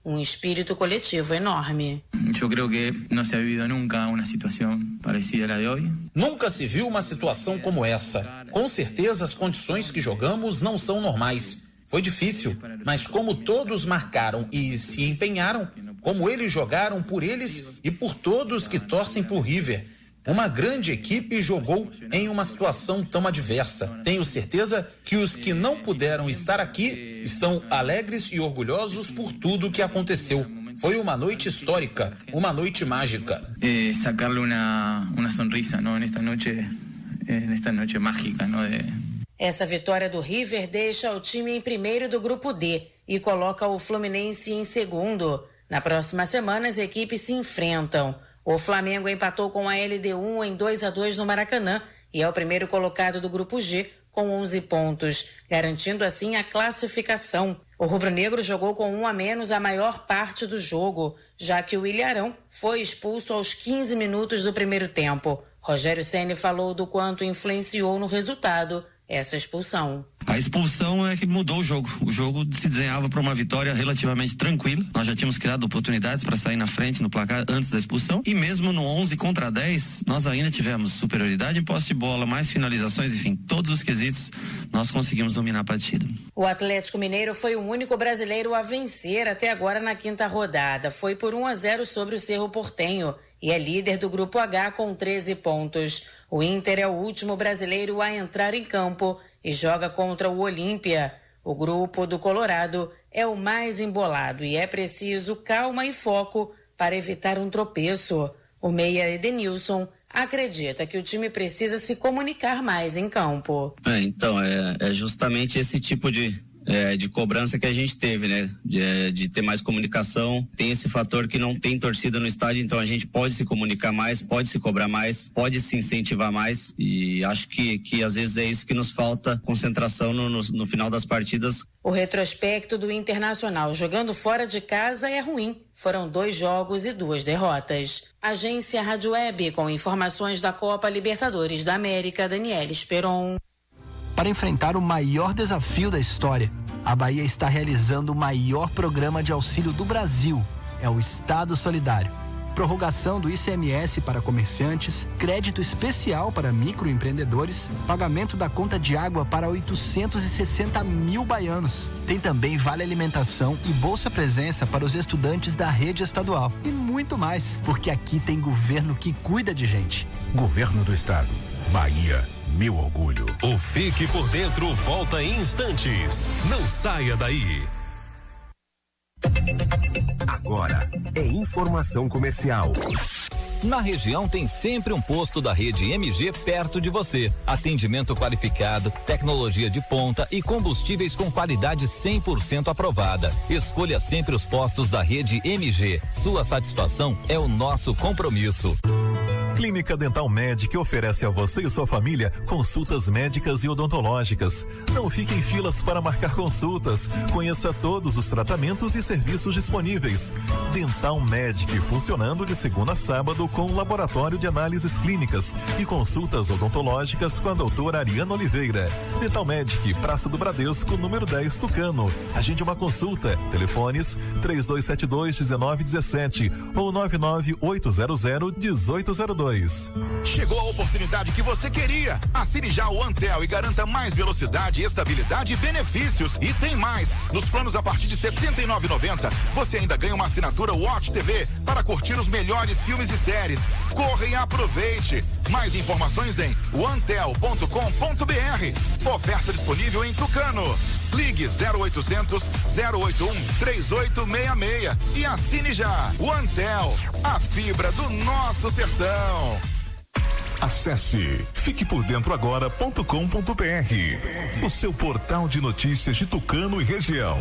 um espírito coletivo enorme. Eu creio que não se ha vivido nunca uma situação parecida à de hoje. Nunca se viu uma situação como essa. Com certeza as condições que jogamos não são normais. Foi difícil, mas como todos marcaram e se empenharam, como eles jogaram por eles e por todos que torcem por River. Uma grande equipe jogou em uma situação tão adversa. Tenho certeza que os que não puderam estar aqui estão alegres e orgulhosos por tudo que aconteceu. Foi uma noite histórica, uma noite mágica. Eh, sacarle uma uma sonrisa, não, nesta noite, eh, nesta noite mágica, não de... Essa vitória do River deixa o time em primeiro do grupo D e coloca o Fluminense em segundo. Na próxima semana as equipes se enfrentam. O Flamengo empatou com a L D U em dois a dois no Maracanã e é o primeiro colocado do grupo G com onze pontos, garantindo assim a classificação. O rubro-negro jogou com um a menos a maior parte do jogo, já que o Ilharão foi expulso aos quinze minutos do primeiro tempo. Rogério Ceni falou do quanto influenciou no resultado essa expulsão. A expulsão é que mudou o jogo. O jogo se desenhava para uma vitória relativamente tranquila. Nós já tínhamos criado oportunidades para sair na frente no placar antes da expulsão. E mesmo no onze contra dez, nós ainda tivemos superioridade em posse de bola, mais finalizações, enfim, todos os quesitos nós conseguimos dominar a partida. O Atlético Mineiro foi o único brasileiro a vencer até agora na quinta rodada. Foi por um a zero sobre o Cerro Porteño e é líder do grupo H com treze pontos. O Inter é o último brasileiro a entrar em campo e joga contra o Olímpia. O grupo do Colorado é o mais embolado e é preciso calma e foco para evitar um tropeço. O meia Edenilson acredita que o time precisa se comunicar mais em campo. É, então, é, é justamente esse tipo de... É, de cobrança que a gente teve, né? De, de ter mais comunicação. Tem esse fator que não tem torcida no estádio, então a gente pode se comunicar mais, pode se cobrar mais, pode se incentivar mais, e acho que, que às vezes é isso que nos falta, concentração no, no, no final das partidas. O retrospecto do Internacional jogando fora de casa é ruim. Foram dois jogos e duas derrotas. Agência Rádio Web, com informações da Copa Libertadores da América, Daniela Esperon. Para enfrentar o maior desafio da história, a Bahia está realizando o maior programa de auxílio do Brasil. É o Estado Solidário. Prorrogação do I C M S para comerciantes, crédito especial para microempreendedores, pagamento da conta de água para oitocentos e sessenta mil baianos. Tem também vale alimentação e bolsa presença para os estudantes da rede estadual. E muito mais, porque aqui tem governo que cuida de gente. Governo do Estado. Bahia. Meu orgulho. O Fique por Dentro volta em instantes. Não saia daí. Agora é informação comercial. Na região tem sempre um posto da rede M G perto de você. Atendimento qualificado, tecnologia de ponta e combustíveis com qualidade cem por cento aprovada. Escolha sempre os postos da rede M G. Sua satisfação é o nosso compromisso. Clínica Dental Medic oferece a você e sua família consultas médicas e odontológicas. Não fique em filas para marcar consultas. Conheça todos os tratamentos e serviços disponíveis. Dental Medic, funcionando de segunda a sábado com laboratório de análises clínicas e consultas odontológicas com a doutora Ariana Oliveira. Dental Medic, Praça do Bradesco, número dez, Tucano. Agende uma consulta. Telefones três dois sete dois, um nove um sete ou nove nove oito zero zero, um oito zero dois. Chegou a oportunidade que você queria. Assine já o Antel e garanta mais velocidade, estabilidade e benefícios. E tem mais. Nos planos a partir de setenta e nove reais e noventa centavos, você ainda ganha uma assinatura Watch T V para curtir os melhores filmes e séries. Corra e aproveite. Mais informações em antel ponto com ponto br. Oferta disponível em Tucano. Ligue zero oitocentos, zero oito um, três oito seis seis e assine já. O Antel, a fibra do nosso sertão. Acesse fique por dentro agora ponto com ponto br, o seu portal de notícias de Tucano e região.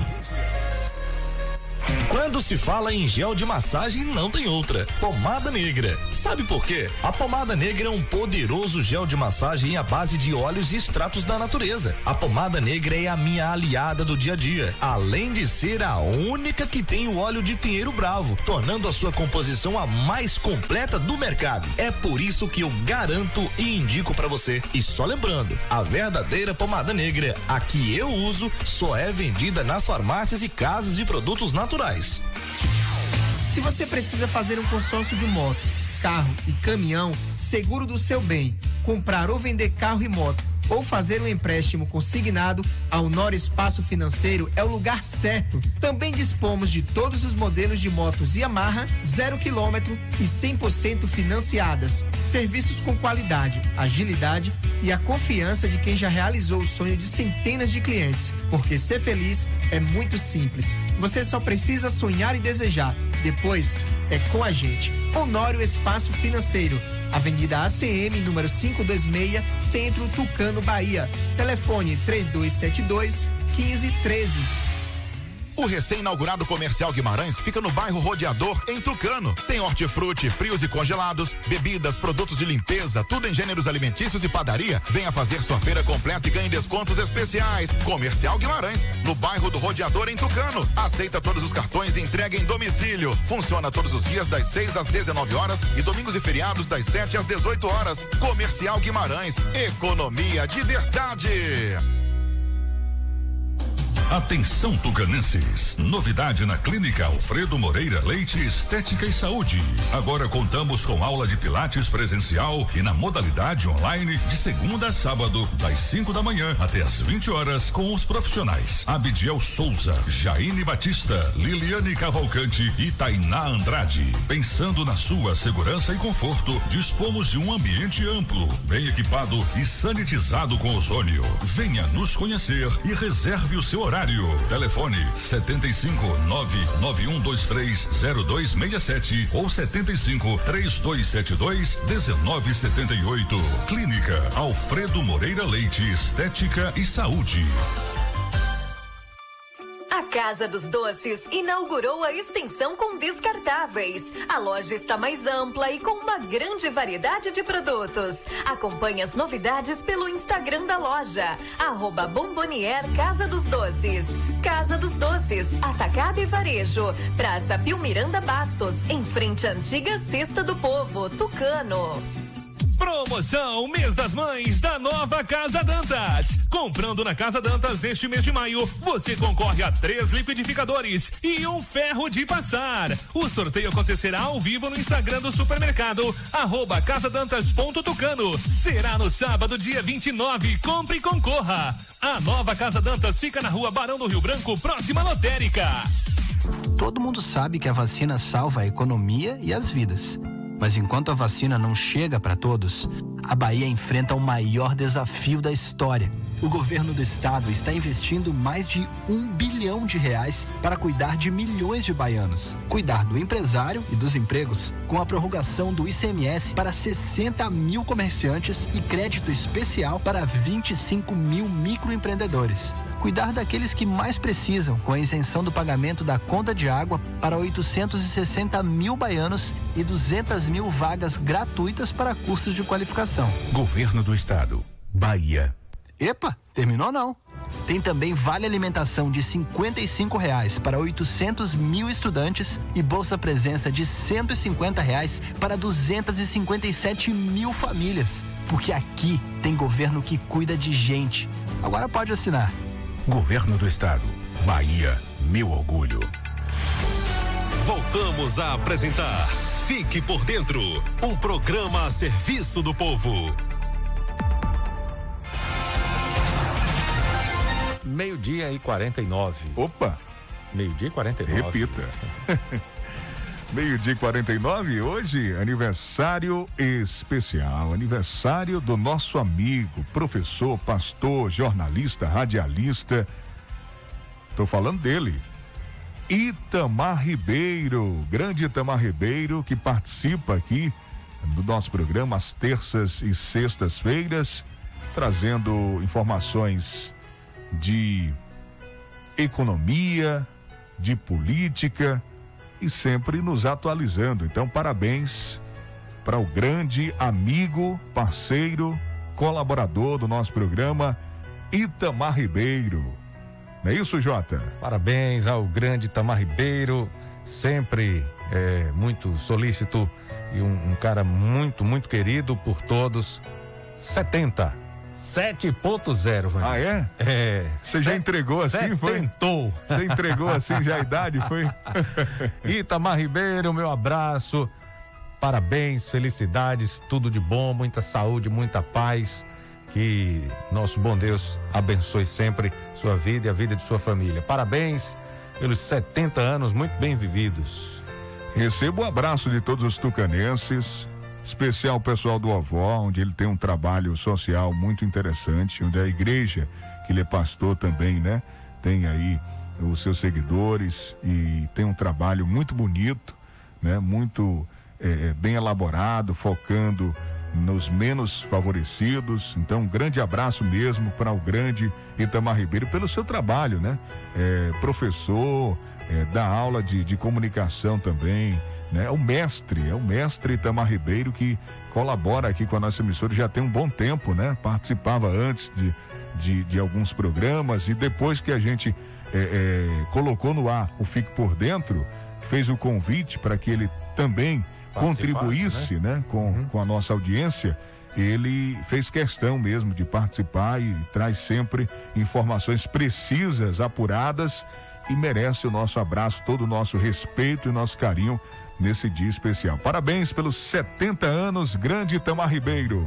Quando se fala em gel de massagem, não tem outra. Pomada Negra. Sabe por quê? A Pomada Negra é um poderoso gel de massagem à base de óleos e extratos da natureza. A Pomada Negra é a minha aliada do dia a dia, além de ser a única que tem o óleo de pinheiro bravo, tornando a sua composição a mais completa do mercado. É por isso que eu garanto e indico pra você. E só lembrando, a verdadeira Pomada Negra, a que eu uso, só é vendida nas farmácias e casas de produtos naturais. mais. Se você precisa fazer um consórcio de moto, carro e caminhão, seguro do seu bem, comprar ou vender carro e moto, ou fazer um empréstimo consignado, a Honório Espaço Financeiro é o lugar certo. Também dispomos de todos os modelos de motos Yamaha, zero quilômetro e cem por cento financiadas. Serviços com qualidade, agilidade e a confiança de quem já realizou o sonho de centenas de clientes. Porque ser feliz é muito simples. Você só precisa sonhar e desejar. Depois é com a gente. Honório Espaço Financeiro. Avenida A C M, número quinhentos e vinte e seis, Centro Tucano, Bahia. Telefone três dois sete dois, um cinco um três. O recém-inaugurado Comercial Guimarães fica no bairro Rodeador, em Tucano. Tem hortifruti, frios e congelados, bebidas, produtos de limpeza, tudo em gêneros alimentícios e padaria. Venha fazer sua feira completa e ganhe descontos especiais. Comercial Guimarães, no bairro do Rodeador, em Tucano. Aceita todos os cartões e entrega em domicílio. Funciona todos os dias das seis às dezenove horas e domingos e feriados das sete às dezoito horas. Comercial Guimarães, economia de verdade. Atenção tucanenses, novidade na Clínica Alfredo Moreira Leite Estética e Saúde. Agora contamos com aula de pilates presencial e na modalidade online de segunda a sábado, das cinco da manhã até as vinte horas, com os profissionais Abidiel Souza, Jaine Batista, Liliane Cavalcante e Tainá Andrade. Pensando na sua segurança e conforto, dispomos de um ambiente amplo, bem equipado e sanitizado com ozônio. Venha nos conhecer e reserve o seu horário. Telefone setenta e cinco, nove nove um dois três zero dois seis sete ou setenta e cinco, três dois sete dois, um nove sete oito. Clínica Alfredo Moreira Leite Estética e Saúde. A Casa dos Doces inaugurou a extensão com descartáveis. A loja está mais ampla e com uma grande variedade de produtos. Acompanhe as novidades pelo Instagram da loja, arroba Bombonier Casa dos Doces. Casa dos Doces, atacado e varejo. Praça Pio Miranda Bastos, em frente à antiga Cesta do Povo, Tucano. Promoção Mês das Mães da Nova Casa Dantas. Comprando na Casa Dantas neste mês de maio, você concorre a três liquidificadores e um ferro de passar. O sorteio acontecerá ao vivo no Instagram do supermercado, arroba casadantas.tucano. Será no sábado, dia vinte e nove. Compre e concorra. A Nova Casa Dantas fica na rua Barão do Rio Branco, próxima à lotérica. Todo mundo sabe que a vacina salva a economia e as vidas. Mas enquanto a vacina não chega para todos, a Bahia enfrenta o maior desafio da história. O governo do estado está investindo mais de um bilhão de reais para cuidar de milhões de baianos. Cuidar do empresário e dos empregos, com a prorrogação do I C M S para sessenta mil comerciantes e crédito especial para vinte e cinco mil microempreendedores. Cuidar daqueles que mais precisam, com a isenção do pagamento da conta de água para oitocentos e sessenta mil baianos e duzentas mil vagas gratuitas para cursos de qualificação. Governo do Estado, Bahia. Epa, terminou não. Tem também vale alimentação de cinquenta e cinco reais para oitocentos mil estudantes e bolsa presença de cento e cinquenta reais para duzentas e cinquenta e sete mil famílias. Porque aqui tem governo que cuida de gente. Agora pode assinar. Governo do Estado, Bahia, meu orgulho. Voltamos a apresentar Fique por Dentro, um programa a serviço do povo. Meio-dia e quarenta e nove. Opa! Meio-dia e quarenta e nove. Repita. Meio-dia e quarenta e nove, hoje, aniversário especial, aniversário do nosso amigo, professor, pastor, jornalista, radialista. Tô falando dele. Itamar Ribeiro, grande Itamar Ribeiro, que participa aqui do nosso programa às terças e sextas-feiras, trazendo informações de economia, de política e sempre nos atualizando. Então, parabéns para o grande amigo, parceiro, colaborador do nosso programa, Itamar Ribeiro. Não é isso, Jota? Parabéns ao grande Itamar Ribeiro, sempre é, muito solícito e um, um cara muito, muito querido por todos. setenta, sete ponto zero. Ah, é? É. Você já entregou assim, foi? Tentou. Você entregou assim já a idade, foi? Itamar Ribeiro, meu abraço. Parabéns, felicidades, tudo de bom, muita saúde, muita paz. Que nosso bom Deus abençoe sempre sua vida e a vida de sua família. Parabéns pelos setenta anos muito bem vividos. Recebo o abraço de todos os tucanenses, especial o pessoal do Ovó, onde ele tem um trabalho social muito interessante, onde a igreja que ele é pastor também, né? Tem aí os seus seguidores e tem um trabalho muito bonito, né? Muito é, bem elaborado, focando nos menos favorecidos. Então, um grande abraço mesmo para o grande Itamar Ribeiro pelo seu trabalho, né? É, professor, é, dá aula de, de comunicação também, né? É o mestre, é o mestre Itamar Ribeiro que colabora aqui com a nossa emissora já tem um bom tempo, né? Participava antes de, de, de alguns programas e depois que a gente é, é, colocou no ar o Fique por Dentro, fez o convite para que ele também contribuísse, né? né, com, uhum. com a nossa audiência, ele fez questão mesmo de participar e traz sempre informações precisas, apuradas e merece o nosso abraço, todo o nosso respeito e nosso carinho nesse dia especial. Parabéns pelos setenta anos, grande Itamar Ribeiro.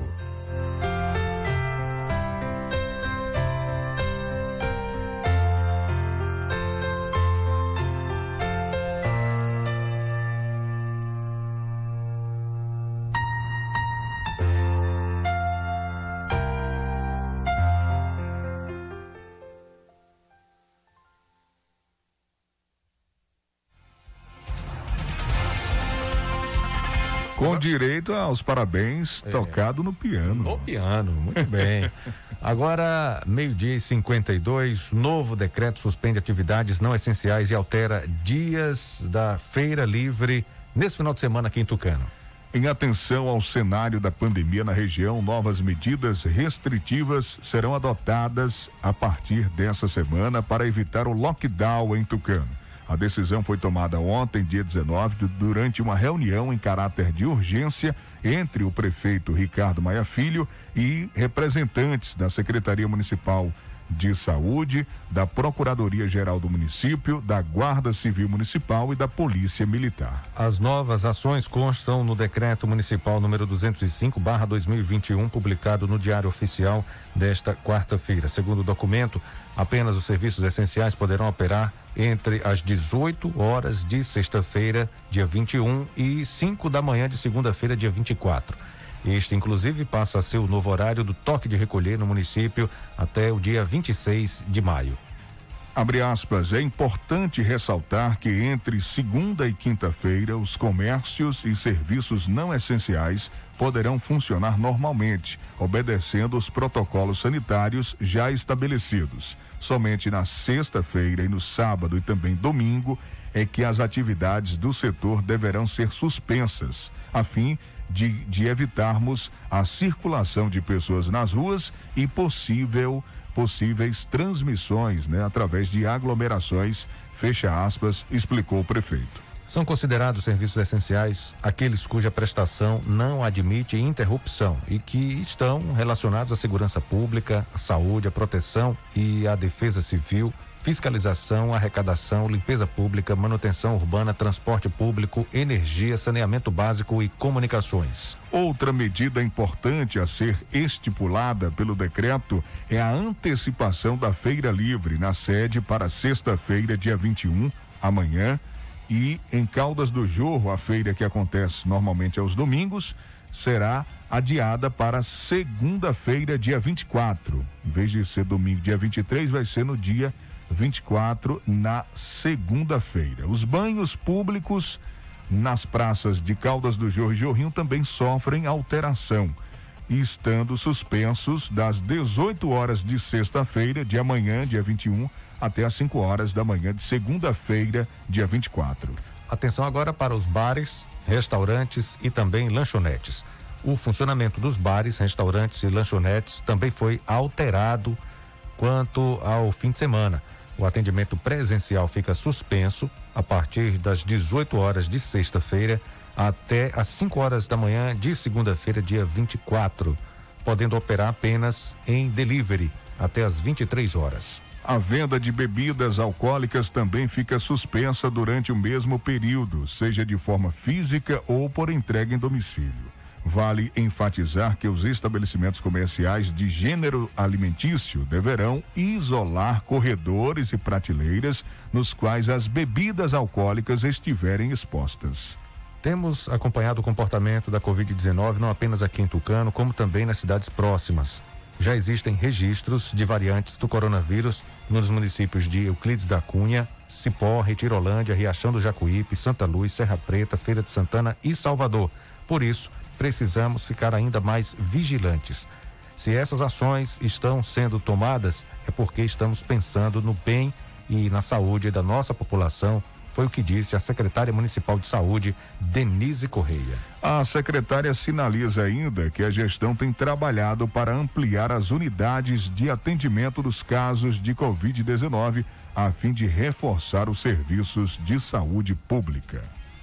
Com direito aos parabéns, é. tocado no piano. No piano, muito bem. Agora, meio-dia e cinquenta e dois, novo decreto suspende atividades não essenciais e altera dias da Feira Livre nesse final de semana aqui em Tucano. Em atenção ao cenário da pandemia na região, novas medidas restritivas serão adotadas a partir dessa semana para evitar o lockdown em Tucano. A decisão foi tomada ontem, dia dezenove, durante uma reunião em caráter de urgência entre o prefeito Ricardo Maia Filho e representantes da Secretaria Municipal de Saúde, da Procuradoria-Geral do Município, da Guarda Civil Municipal e da Polícia Militar. As novas ações constam no Decreto Municipal número duzentos e cinco barra dois mil e vinte e um, publicado no Diário Oficial desta quarta-feira. Segundo o documento, apenas os serviços essenciais poderão operar entre as dezoito horas de sexta-feira, dia vinte e um, e cinco da manhã de segunda-feira, dia vinte e quatro. Este, inclusive, passa a ser o novo horário do toque de recolher no município até o dia vinte e seis de maio. Abre aspas, é importante ressaltar que entre segunda e quinta-feira os comércios e serviços não essenciais poderão funcionar normalmente, obedecendo os protocolos sanitários já estabelecidos. Somente na sexta-feira e no sábado e também domingo é que as atividades do setor deverão ser suspensas, a fim de, de evitarmos a circulação de pessoas nas ruas e possível, possíveis transmissões, né, através de aglomerações, fecha aspas, explicou o prefeito. São considerados serviços essenciais aqueles cuja prestação não admite interrupção e que estão relacionados à segurança pública, à saúde, à proteção e à defesa civil, fiscalização, arrecadação, limpeza pública, manutenção urbana, transporte público, energia, saneamento básico e comunicações. Outra medida importante a ser estipulada pelo decreto é a antecipação da Feira Livre na sede para sexta-feira, dia vinte e um, amanhã. E em Caldas do Jorro, a feira que acontece normalmente aos domingos, será adiada para segunda-feira, dia vinte e quatro. Em vez de ser domingo, dia vinte e três, vai ser no dia vinte e quatro, na segunda-feira. Os banhos públicos nas praças de Caldas do Jorro e Jorrinho também sofrem alteração, e estando suspensos das dezoito horas de sexta-feira, de amanhã, dia vinte e um, até às cinco horas da manhã de segunda-feira, dia vinte e quatro. Atenção agora para os bares, restaurantes e também lanchonetes. O funcionamento dos bares, restaurantes e lanchonetes também foi alterado quanto ao fim de semana. O atendimento presencial fica suspenso a partir das dezoito horas de sexta-feira até às cinco horas da manhã de segunda-feira, dia vinte e quatro. podendo operar apenas em delivery até às vinte e três horas. A venda de bebidas alcoólicas também fica suspensa durante o mesmo período, seja de forma física ou por entrega em domicílio. Vale enfatizar que os estabelecimentos comerciais de gênero alimentício deverão isolar corredores e prateleiras nos quais as bebidas alcoólicas estiverem expostas. Temos acompanhado o comportamento da covid dezenove não apenas aqui em Tucano, como também nas cidades próximas. Já existem registros de variantes do coronavírus nos municípios de Euclides da Cunha, Cipó, Retirolândia, Riachão do Jacuípe, Santa Luz, Serra Preta, Feira de Santana e Salvador. Por isso, precisamos ficar ainda mais vigilantes. Se essas ações estão sendo tomadas, é porque estamos pensando no bem e na saúde da nossa população, foi o que disse a secretária municipal de saúde, Denise Correia. A secretária sinaliza ainda que a gestão tem trabalhado para ampliar as unidades de atendimento dos casos de covid dezenove, a fim de reforçar os serviços de saúde pública.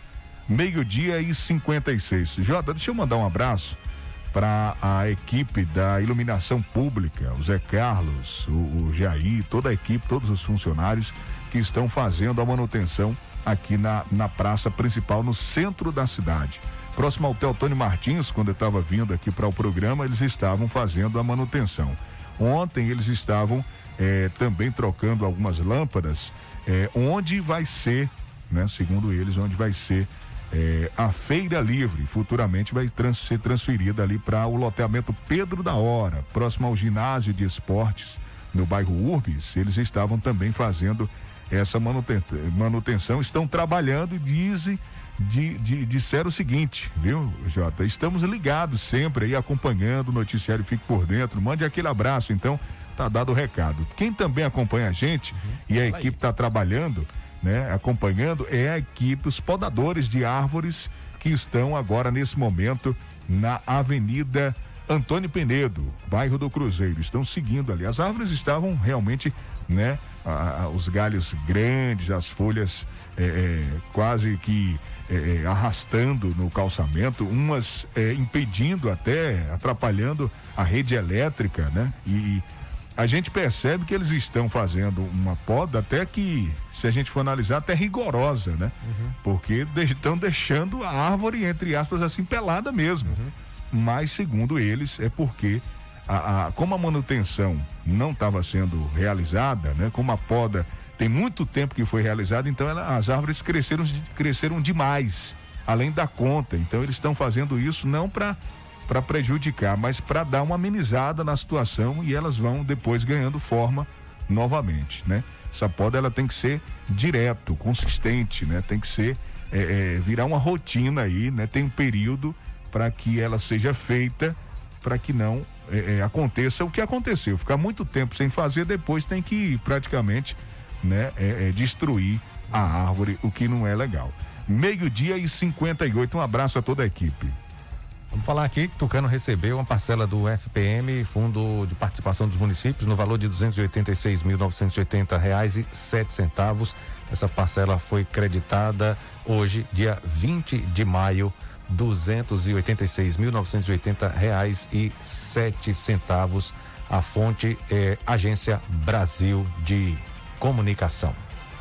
Meio-dia e cinquenta e seis. Jota, deixa eu mandar um abraço para a equipe da iluminação pública, o Zé Carlos, o, o Jair, toda a equipe, todos os funcionários que estão fazendo a manutenção aqui na, na praça principal, no centro da cidade. Próximo ao Teotônio Martins, quando eu estava vindo aqui para o programa, eles estavam fazendo a manutenção. Ontem eles estavam eh, também trocando algumas lâmpadas, eh, onde vai ser, né, segundo eles, onde vai ser É, a Feira Livre, futuramente vai trans, ser transferida ali para o loteamento Pedro da Hora, próximo ao ginásio de esportes, no bairro Urbis. Eles estavam também fazendo essa manuten manutenção, estão trabalhando e dizem, de, de, disseram o seguinte, viu, Jota? Estamos ligados sempre aí, acompanhando o noticiário Fique por Dentro, mande aquele abraço, então tá dado o recado. Quem também acompanha a gente, uhum, e a equipe está trabalhando, né, acompanhando, é a equipe, os podadores de árvores que estão agora nesse momento na Avenida Antônio Penedo, bairro do Cruzeiro. Estão seguindo ali. As árvores estavam realmente, né, a, a, os galhos grandes, as folhas é, é, quase que é, arrastando no calçamento, umas é, impedindo até, atrapalhando a rede elétrica, né? E a gente percebe que eles estão fazendo uma poda até que, se a gente for analisar, até rigorosa, né? Uhum. Porque estão de, deixando a árvore, entre aspas, assim, pelada mesmo. Uhum. Mas, segundo eles, é porque a, a, como a manutenção não estava sendo realizada, né? Como a poda tem muito tempo que foi realizada, então ela, as árvores cresceram, cresceram demais, além da conta. Então eles estão fazendo isso não para para prejudicar, mas para dar uma amenizada na situação, e elas vão depois ganhando forma novamente, né? Essa poda, ela tem que ser direto, consistente, né? Tem que ser, é, é, virar uma rotina aí, né? Tem um período para que ela seja feita, para que não é, é, aconteça o que aconteceu, ficar muito tempo sem fazer, depois tem que praticamente, né? É, é, destruir a árvore, o que não é legal. Meio-dia e cinquenta e oito, um abraço a toda a equipe. Vamos falar aqui que Tucano recebeu uma parcela do F P M, Fundo de Participação dos Municípios, no valor de duzentos e oitenta e seis mil novecentos e oitenta reais e sete centavos. Essa parcela foi creditada hoje, dia vinte de maio, duzentos e oitenta e seis mil novecentos e oitenta reais e sete centavos. A fonte é Agência Brasil de Comunicação.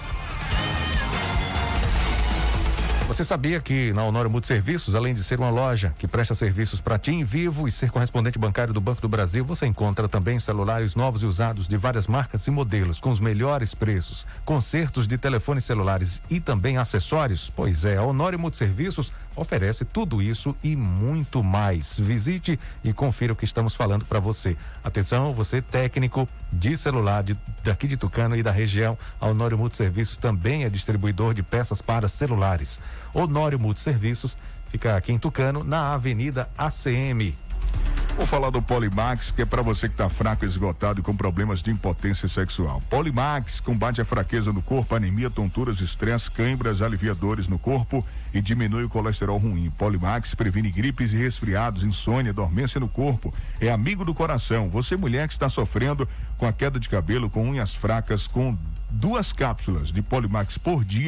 Você sabia que na Honório Multiserviços, além de ser uma loja que presta serviços para T I M Vivo e ser correspondente bancário do Banco do Brasil, você encontra também celulares novos e usados de várias marcas e modelos com os melhores preços, consertos de telefones celulares e também acessórios? Pois é, a Honório Multiserviços oferece tudo isso e muito mais. Visite e confira o que estamos falando para você. Atenção, você técnico de celular de, daqui de Tucano e da região, a Honório Multiserviços também é distribuidor de peças para celulares. Honório Multiserviços fica aqui em Tucano, na Avenida A C M. Vou falar do Polimax, que é para você que está fraco, esgotado e com problemas de impotência sexual. Polimax combate a fraqueza no corpo, anemia, tonturas, estresse, cãibras, alivia dores no corpo e diminui o colesterol ruim. Polimax previne gripes e resfriados, insônia, dormência no corpo. É amigo do coração. Você, mulher que está sofrendo com a queda de cabelo, com unhas fracas, com duas cápsulas de Polimax por dia,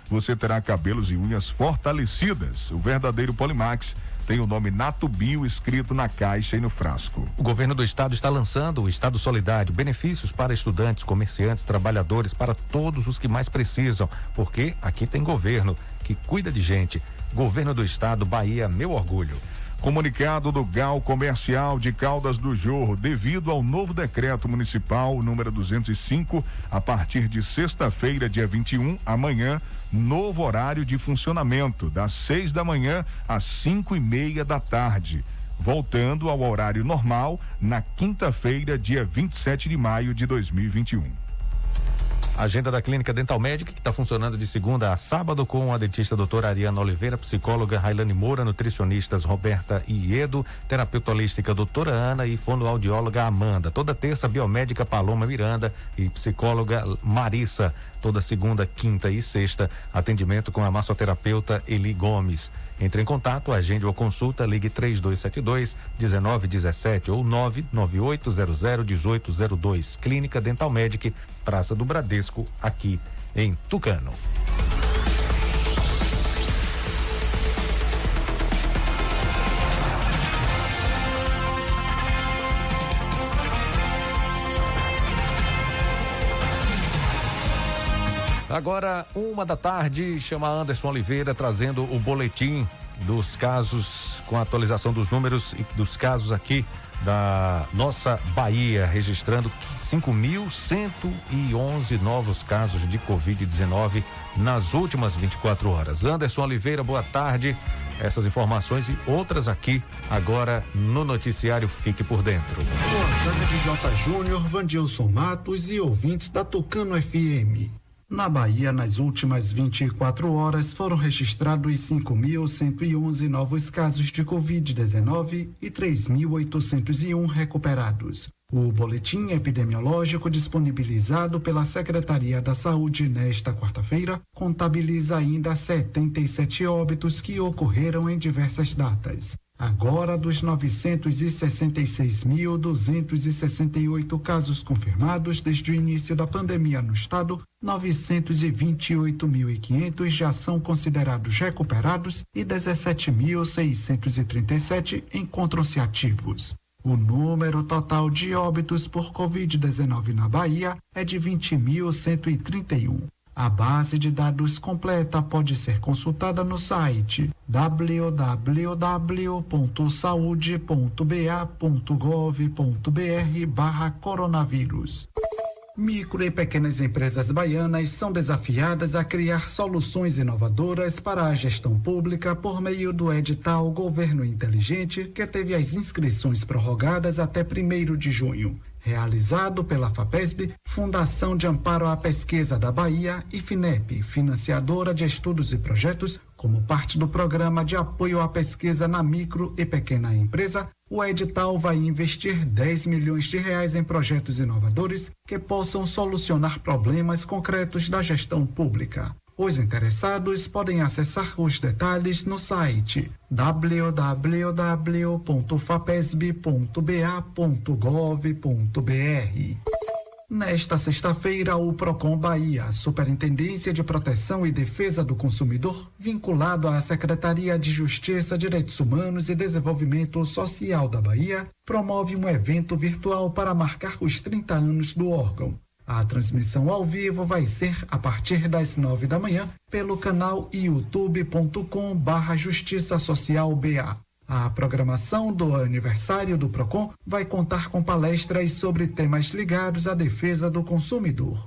você terá cabelos e unhas fortalecidas. O verdadeiro Polimax tem o nome Nato Bio escrito na caixa e no frasco. O governo do estado está lançando o Estado Solidário, benefícios para estudantes, comerciantes, trabalhadores, para todos os que mais precisam, porque aqui tem governo que cuida de gente. Governo do estado, Bahia, meu orgulho. Comunicado do G A U Comercial de Caldas do Jorro, devido ao novo decreto municipal número duzentos e cinco, a partir de sexta-feira, dia vinte e um, amanhã, novo horário de funcionamento, das seis da manhã às cinco e meia da tarde, voltando ao horário normal na quinta-feira, dia vinte e sete de maio de dois mil e vinte e um. Agenda da Clínica Dental Médica, que está funcionando de segunda a sábado com a dentista doutora Ariana Oliveira, psicóloga Railane Moura, nutricionistas Roberta Iedo, terapeuta holística doutora Ana e fonoaudióloga Amanda. Toda terça, biomédica Paloma Miranda e psicóloga Marissa. Toda segunda, quinta e sexta, atendimento com a massoterapeuta Eli Gomes. Entre em contato, agende uma consulta, ligue três dois sete dois, um nove um sete ou nove nove oito zero zero um oito zero dois. Clínica Dental Medic, Praça do Bradesco, aqui em Tucano. Agora, uma da tarde, chama Anderson Oliveira trazendo o boletim dos casos, com a atualização dos números e dos casos aqui da nossa Bahia, registrando cinco mil cento e onze novos casos de covid dezenove nas últimas vinte e quatro horas. Anderson Oliveira, boa tarde. Essas informações e outras aqui agora no noticiário Fique por Dentro. Boa tarde, J. Júnior, Vandilson Matos e ouvintes da Tucano F M. Na Bahia, nas últimas vinte e quatro horas, foram registrados cinco mil cento e onze novos casos de covid dezenove e três mil oitocentos e um recuperados. O boletim epidemiológico disponibilizado pela Secretaria da Saúde nesta quarta-feira contabiliza ainda setenta e sete óbitos que ocorreram em diversas datas. Agora, dos novecentos e sessenta e seis mil duzentos e sessenta e oito casos confirmados desde o início da pandemia no estado, novecentos e vinte e oito mil e quinhentos já são considerados recuperados e dezessete mil seiscentos e trinta e sete encontram-se ativos. O número total de óbitos por covid dezenove na Bahia é de vinte mil cento e trinta e um. A base de dados completa pode ser consultada no site w w w ponto saude ponto b a ponto gov ponto b r barra coronavírus. Micro e pequenas empresas baianas são desafiadas a criar soluções inovadoras para a gestão pública por meio do edital Governo Inteligente, que teve as inscrições prorrogadas até primeiro de junho. Realizado pela FAPESB, Fundação de Amparo à Pesquisa da Bahia, e FINEP, financiadora de estudos e projetos, como parte do Programa de Apoio à Pesquisa na Micro e Pequena Empresa, o edital vai investir dez milhões de reais em projetos inovadores que possam solucionar problemas concretos da gestão pública. Os interessados podem acessar os detalhes no site w w w ponto fapesb ponto b a ponto gov ponto b r. Nesta sexta-feira, o Procon Bahia, Superintendência de Proteção e Defesa do Consumidor, vinculado à Secretaria de Justiça, Direitos Humanos e Desenvolvimento Social da Bahia, promove um evento virtual para marcar os trinta anos do órgão. A transmissão ao vivo vai ser a partir das nove da manhã pelo canal youtube ponto com barra Justiça Social B A. A programação do aniversário do Procon vai contar com palestras sobre temas ligados à defesa do consumidor.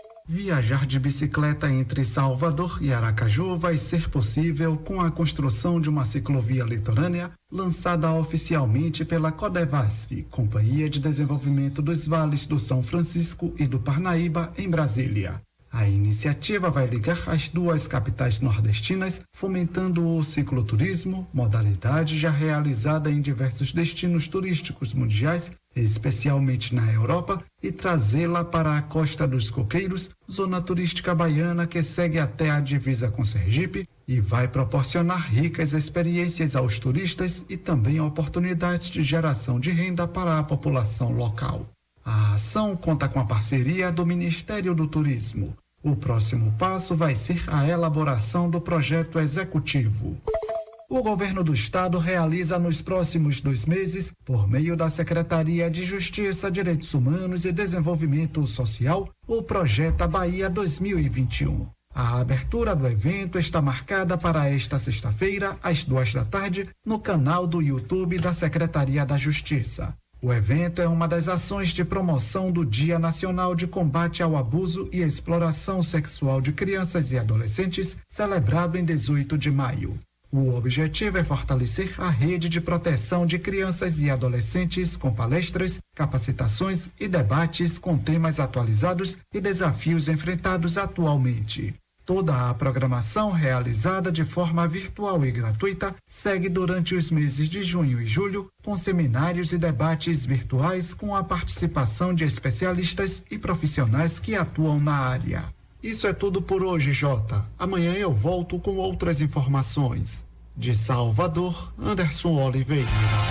Viajar de bicicleta entre Salvador e Aracaju vai ser possível com a construção de uma ciclovia litorânea lançada oficialmente pela Codevasf, Companhia de Desenvolvimento dos Vales do São Francisco e do Parnaíba, em Brasília. A iniciativa vai ligar as duas capitais nordestinas, fomentando o cicloturismo, modalidade já realizada em diversos destinos turísticos mundiais, especialmente na Europa, e trazê-la para a Costa dos Coqueiros, zona turística baiana que segue até a divisa com Sergipe e vai proporcionar ricas experiências aos turistas e também oportunidades de geração de renda para a população local. A ação conta com a parceria do Ministério do Turismo. O próximo passo vai ser a elaboração do projeto executivo. O governo do estado realiza nos próximos dois meses, por meio da Secretaria de Justiça, Direitos Humanos e Desenvolvimento Social, o Projeto Bahia dois mil e vinte e um. A abertura do evento está marcada para esta sexta-feira, às duas da tarde, no canal do YouTube da Secretaria da Justiça. O evento é uma das ações de promoção do Dia Nacional de Combate ao Abuso e Exploração Sexual de Crianças e Adolescentes, celebrado em dezoito de maio. O objetivo é fortalecer a rede de proteção de crianças e adolescentes com palestras, capacitações e debates com temas atualizados e desafios enfrentados atualmente. Toda a programação, realizada de forma virtual e gratuita, segue durante os meses de junho e julho, com seminários e debates virtuais com a participação de especialistas e profissionais que atuam na área. Isso é tudo por hoje, Jota. Amanhã eu volto com outras informações. De Salvador, Anderson Oliveira.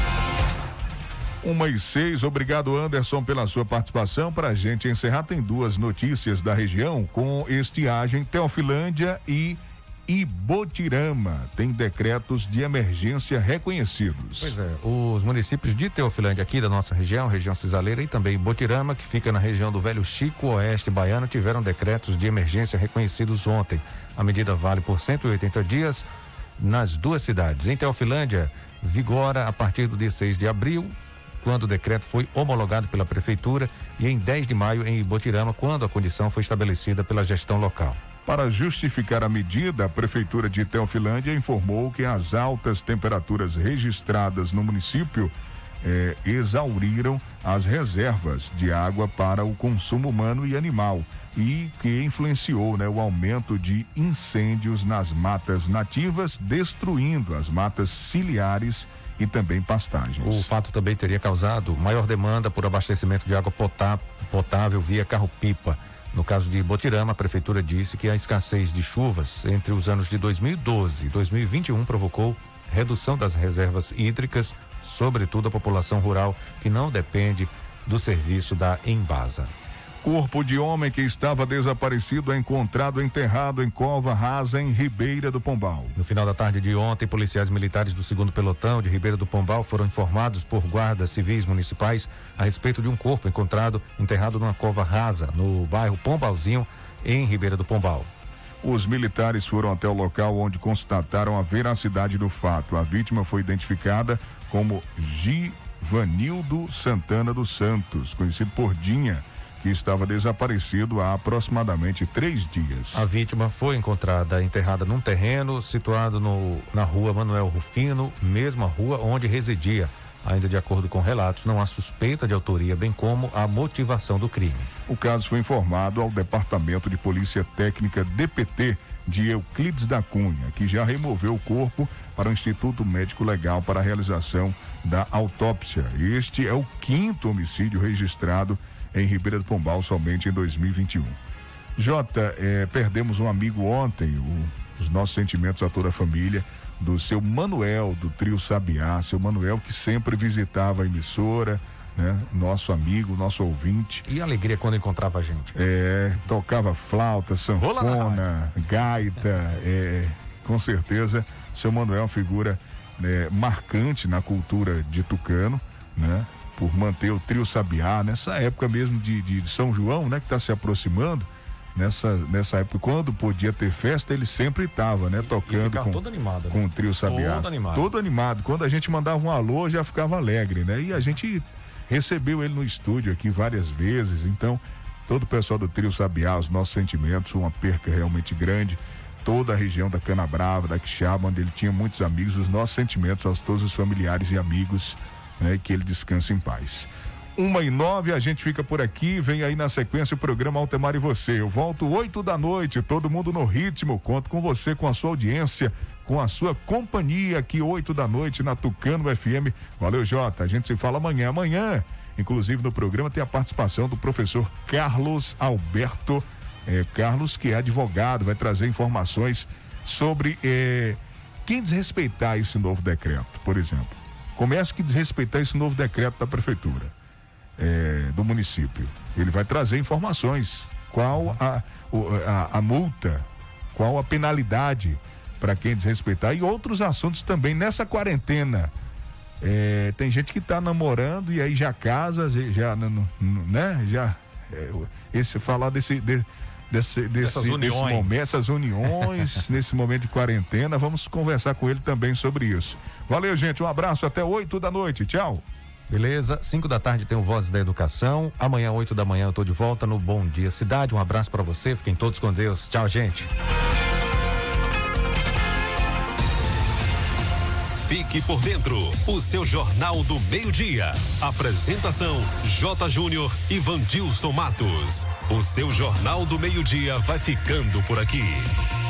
Uma e seis, obrigado Anderson pela sua participação. Para a gente encerrar, tem duas notícias da região com estiagem. Teofilândia e Ibotirama tem decretos de emergência reconhecidos. Pois é, os municípios de Teofilândia aqui da nossa região, região Cisaleira, e também Ibotirama, que fica na região do Velho Chico Oeste Baiano, tiveram decretos de emergência reconhecidos ontem. A medida vale por cento e oitenta dias nas duas cidades. Em Teofilândia, vigora a partir do dia seis de abril, quando o decreto foi homologado pela prefeitura, e em dez de maio em Ibotirama, quando a condição foi estabelecida pela gestão local. Para justificar a medida, a Prefeitura de Teofilândia informou que as altas temperaturas registradas no município eh, exauriram as reservas de água para o consumo humano e animal e que influenciou, né, o aumento de incêndios nas matas nativas, destruindo as matas ciliares e também pastagens. O fato também teria causado maior demanda por abastecimento de água potá- potável via carro-pipa. No caso de Ibotirama, a prefeitura disse que a escassez de chuvas entre os anos de dois mil e doze e dois mil e vinte e um provocou redução das reservas hídricas, sobretudo a população rural que não depende do serviço da Embasa. Corpo de homem que estava desaparecido é encontrado enterrado em cova rasa em Ribeira do Pombal. No final da tarde de ontem, policiais militares do segundo pelotão de Ribeira do Pombal foram informados por guardas civis municipais a respeito de um corpo encontrado enterrado numa cova rasa no bairro Pombalzinho, em Ribeira do Pombal. Os militares foram até o local onde constataram a veracidade do fato. A vítima foi identificada como Givanildo Santana dos Santos, conhecido por Dinha, que estava desaparecido há aproximadamente três dias. A vítima foi encontrada enterrada num terreno situado no, na rua Manuel Rufino, mesma rua onde residia. Ainda de acordo com relatos, não há suspeita de autoria, bem como a motivação do crime. O caso foi informado ao Departamento de Polícia Técnica D P T de Euclides da Cunha, que já removeu o corpo para o Instituto Médico Legal para a realização da autópsia. Este é o quinto homicídio registrado em Ribeira do Pombal somente em dois mil e vinte e um. Jota, eh, perdemos um amigo ontem, o, os nossos sentimentos a toda a família, do seu Manuel, do Trio Sabiá, seu Manuel que sempre visitava a emissora, né? Nosso amigo, nosso ouvinte. E alegria quando encontrava a gente. É, tocava flauta, sanfona, gaita, é, com certeza, seu Manuel é uma figura, né, marcante na cultura de Tucano, né? Por manter o Trio Sabiá, nessa época mesmo de, de São João, né? Que está se aproximando, nessa, nessa época, quando podia ter festa, ele sempre estava, né? Tocando com, todo animado, com né? o Trio Sabiá. Todo animado. Todo animado. Quando a gente mandava um alô, já ficava alegre, né? E a gente recebeu ele no estúdio aqui várias vezes, então, todo o pessoal do Trio Sabiá, os nossos sentimentos, uma perca realmente grande. Toda a região da Canabrava, da Quixaba, onde ele tinha muitos amigos, os nossos sentimentos aos todos os familiares e amigos, né, que ele descanse em paz. Uma e nove, a gente fica por aqui, vem aí na sequência o programa Altemar e Você. Eu volto oito da noite, todo mundo no ritmo, conto com você, com a sua audiência, com a sua companhia aqui, oito da noite na Tucano F M. Valeu, Jota, a gente se fala amanhã. Amanhã, inclusive no programa, tem a participação do professor Carlos Alberto, eh, Carlos, que é advogado, vai trazer informações sobre eh, quem desrespeitar esse novo decreto, por exemplo. Começa que desrespeitar esse novo decreto da prefeitura, é, do município. Ele vai trazer informações qual a, a, a multa, qual a penalidade para quem desrespeitar e outros assuntos também nessa quarentena. É, tem gente que está namorando e aí já casa, já, né? Já, é, esse, falar desse, de, desse, desse, desse momento, essas uniões, nesse momento de quarentena, vamos conversar com ele também sobre isso. Valeu, gente, um abraço, até oito da noite, tchau. Beleza, cinco da tarde tem o Vozes da Educação, amanhã, oito da manhã, eu tô de volta no Bom Dia Cidade, um abraço para você, fiquem todos com Deus, tchau, gente. Fique por dentro, o seu Jornal do Meio-Dia. Apresentação, J. Júnior e Vandilson Matos. O seu Jornal do Meio-Dia vai ficando por aqui.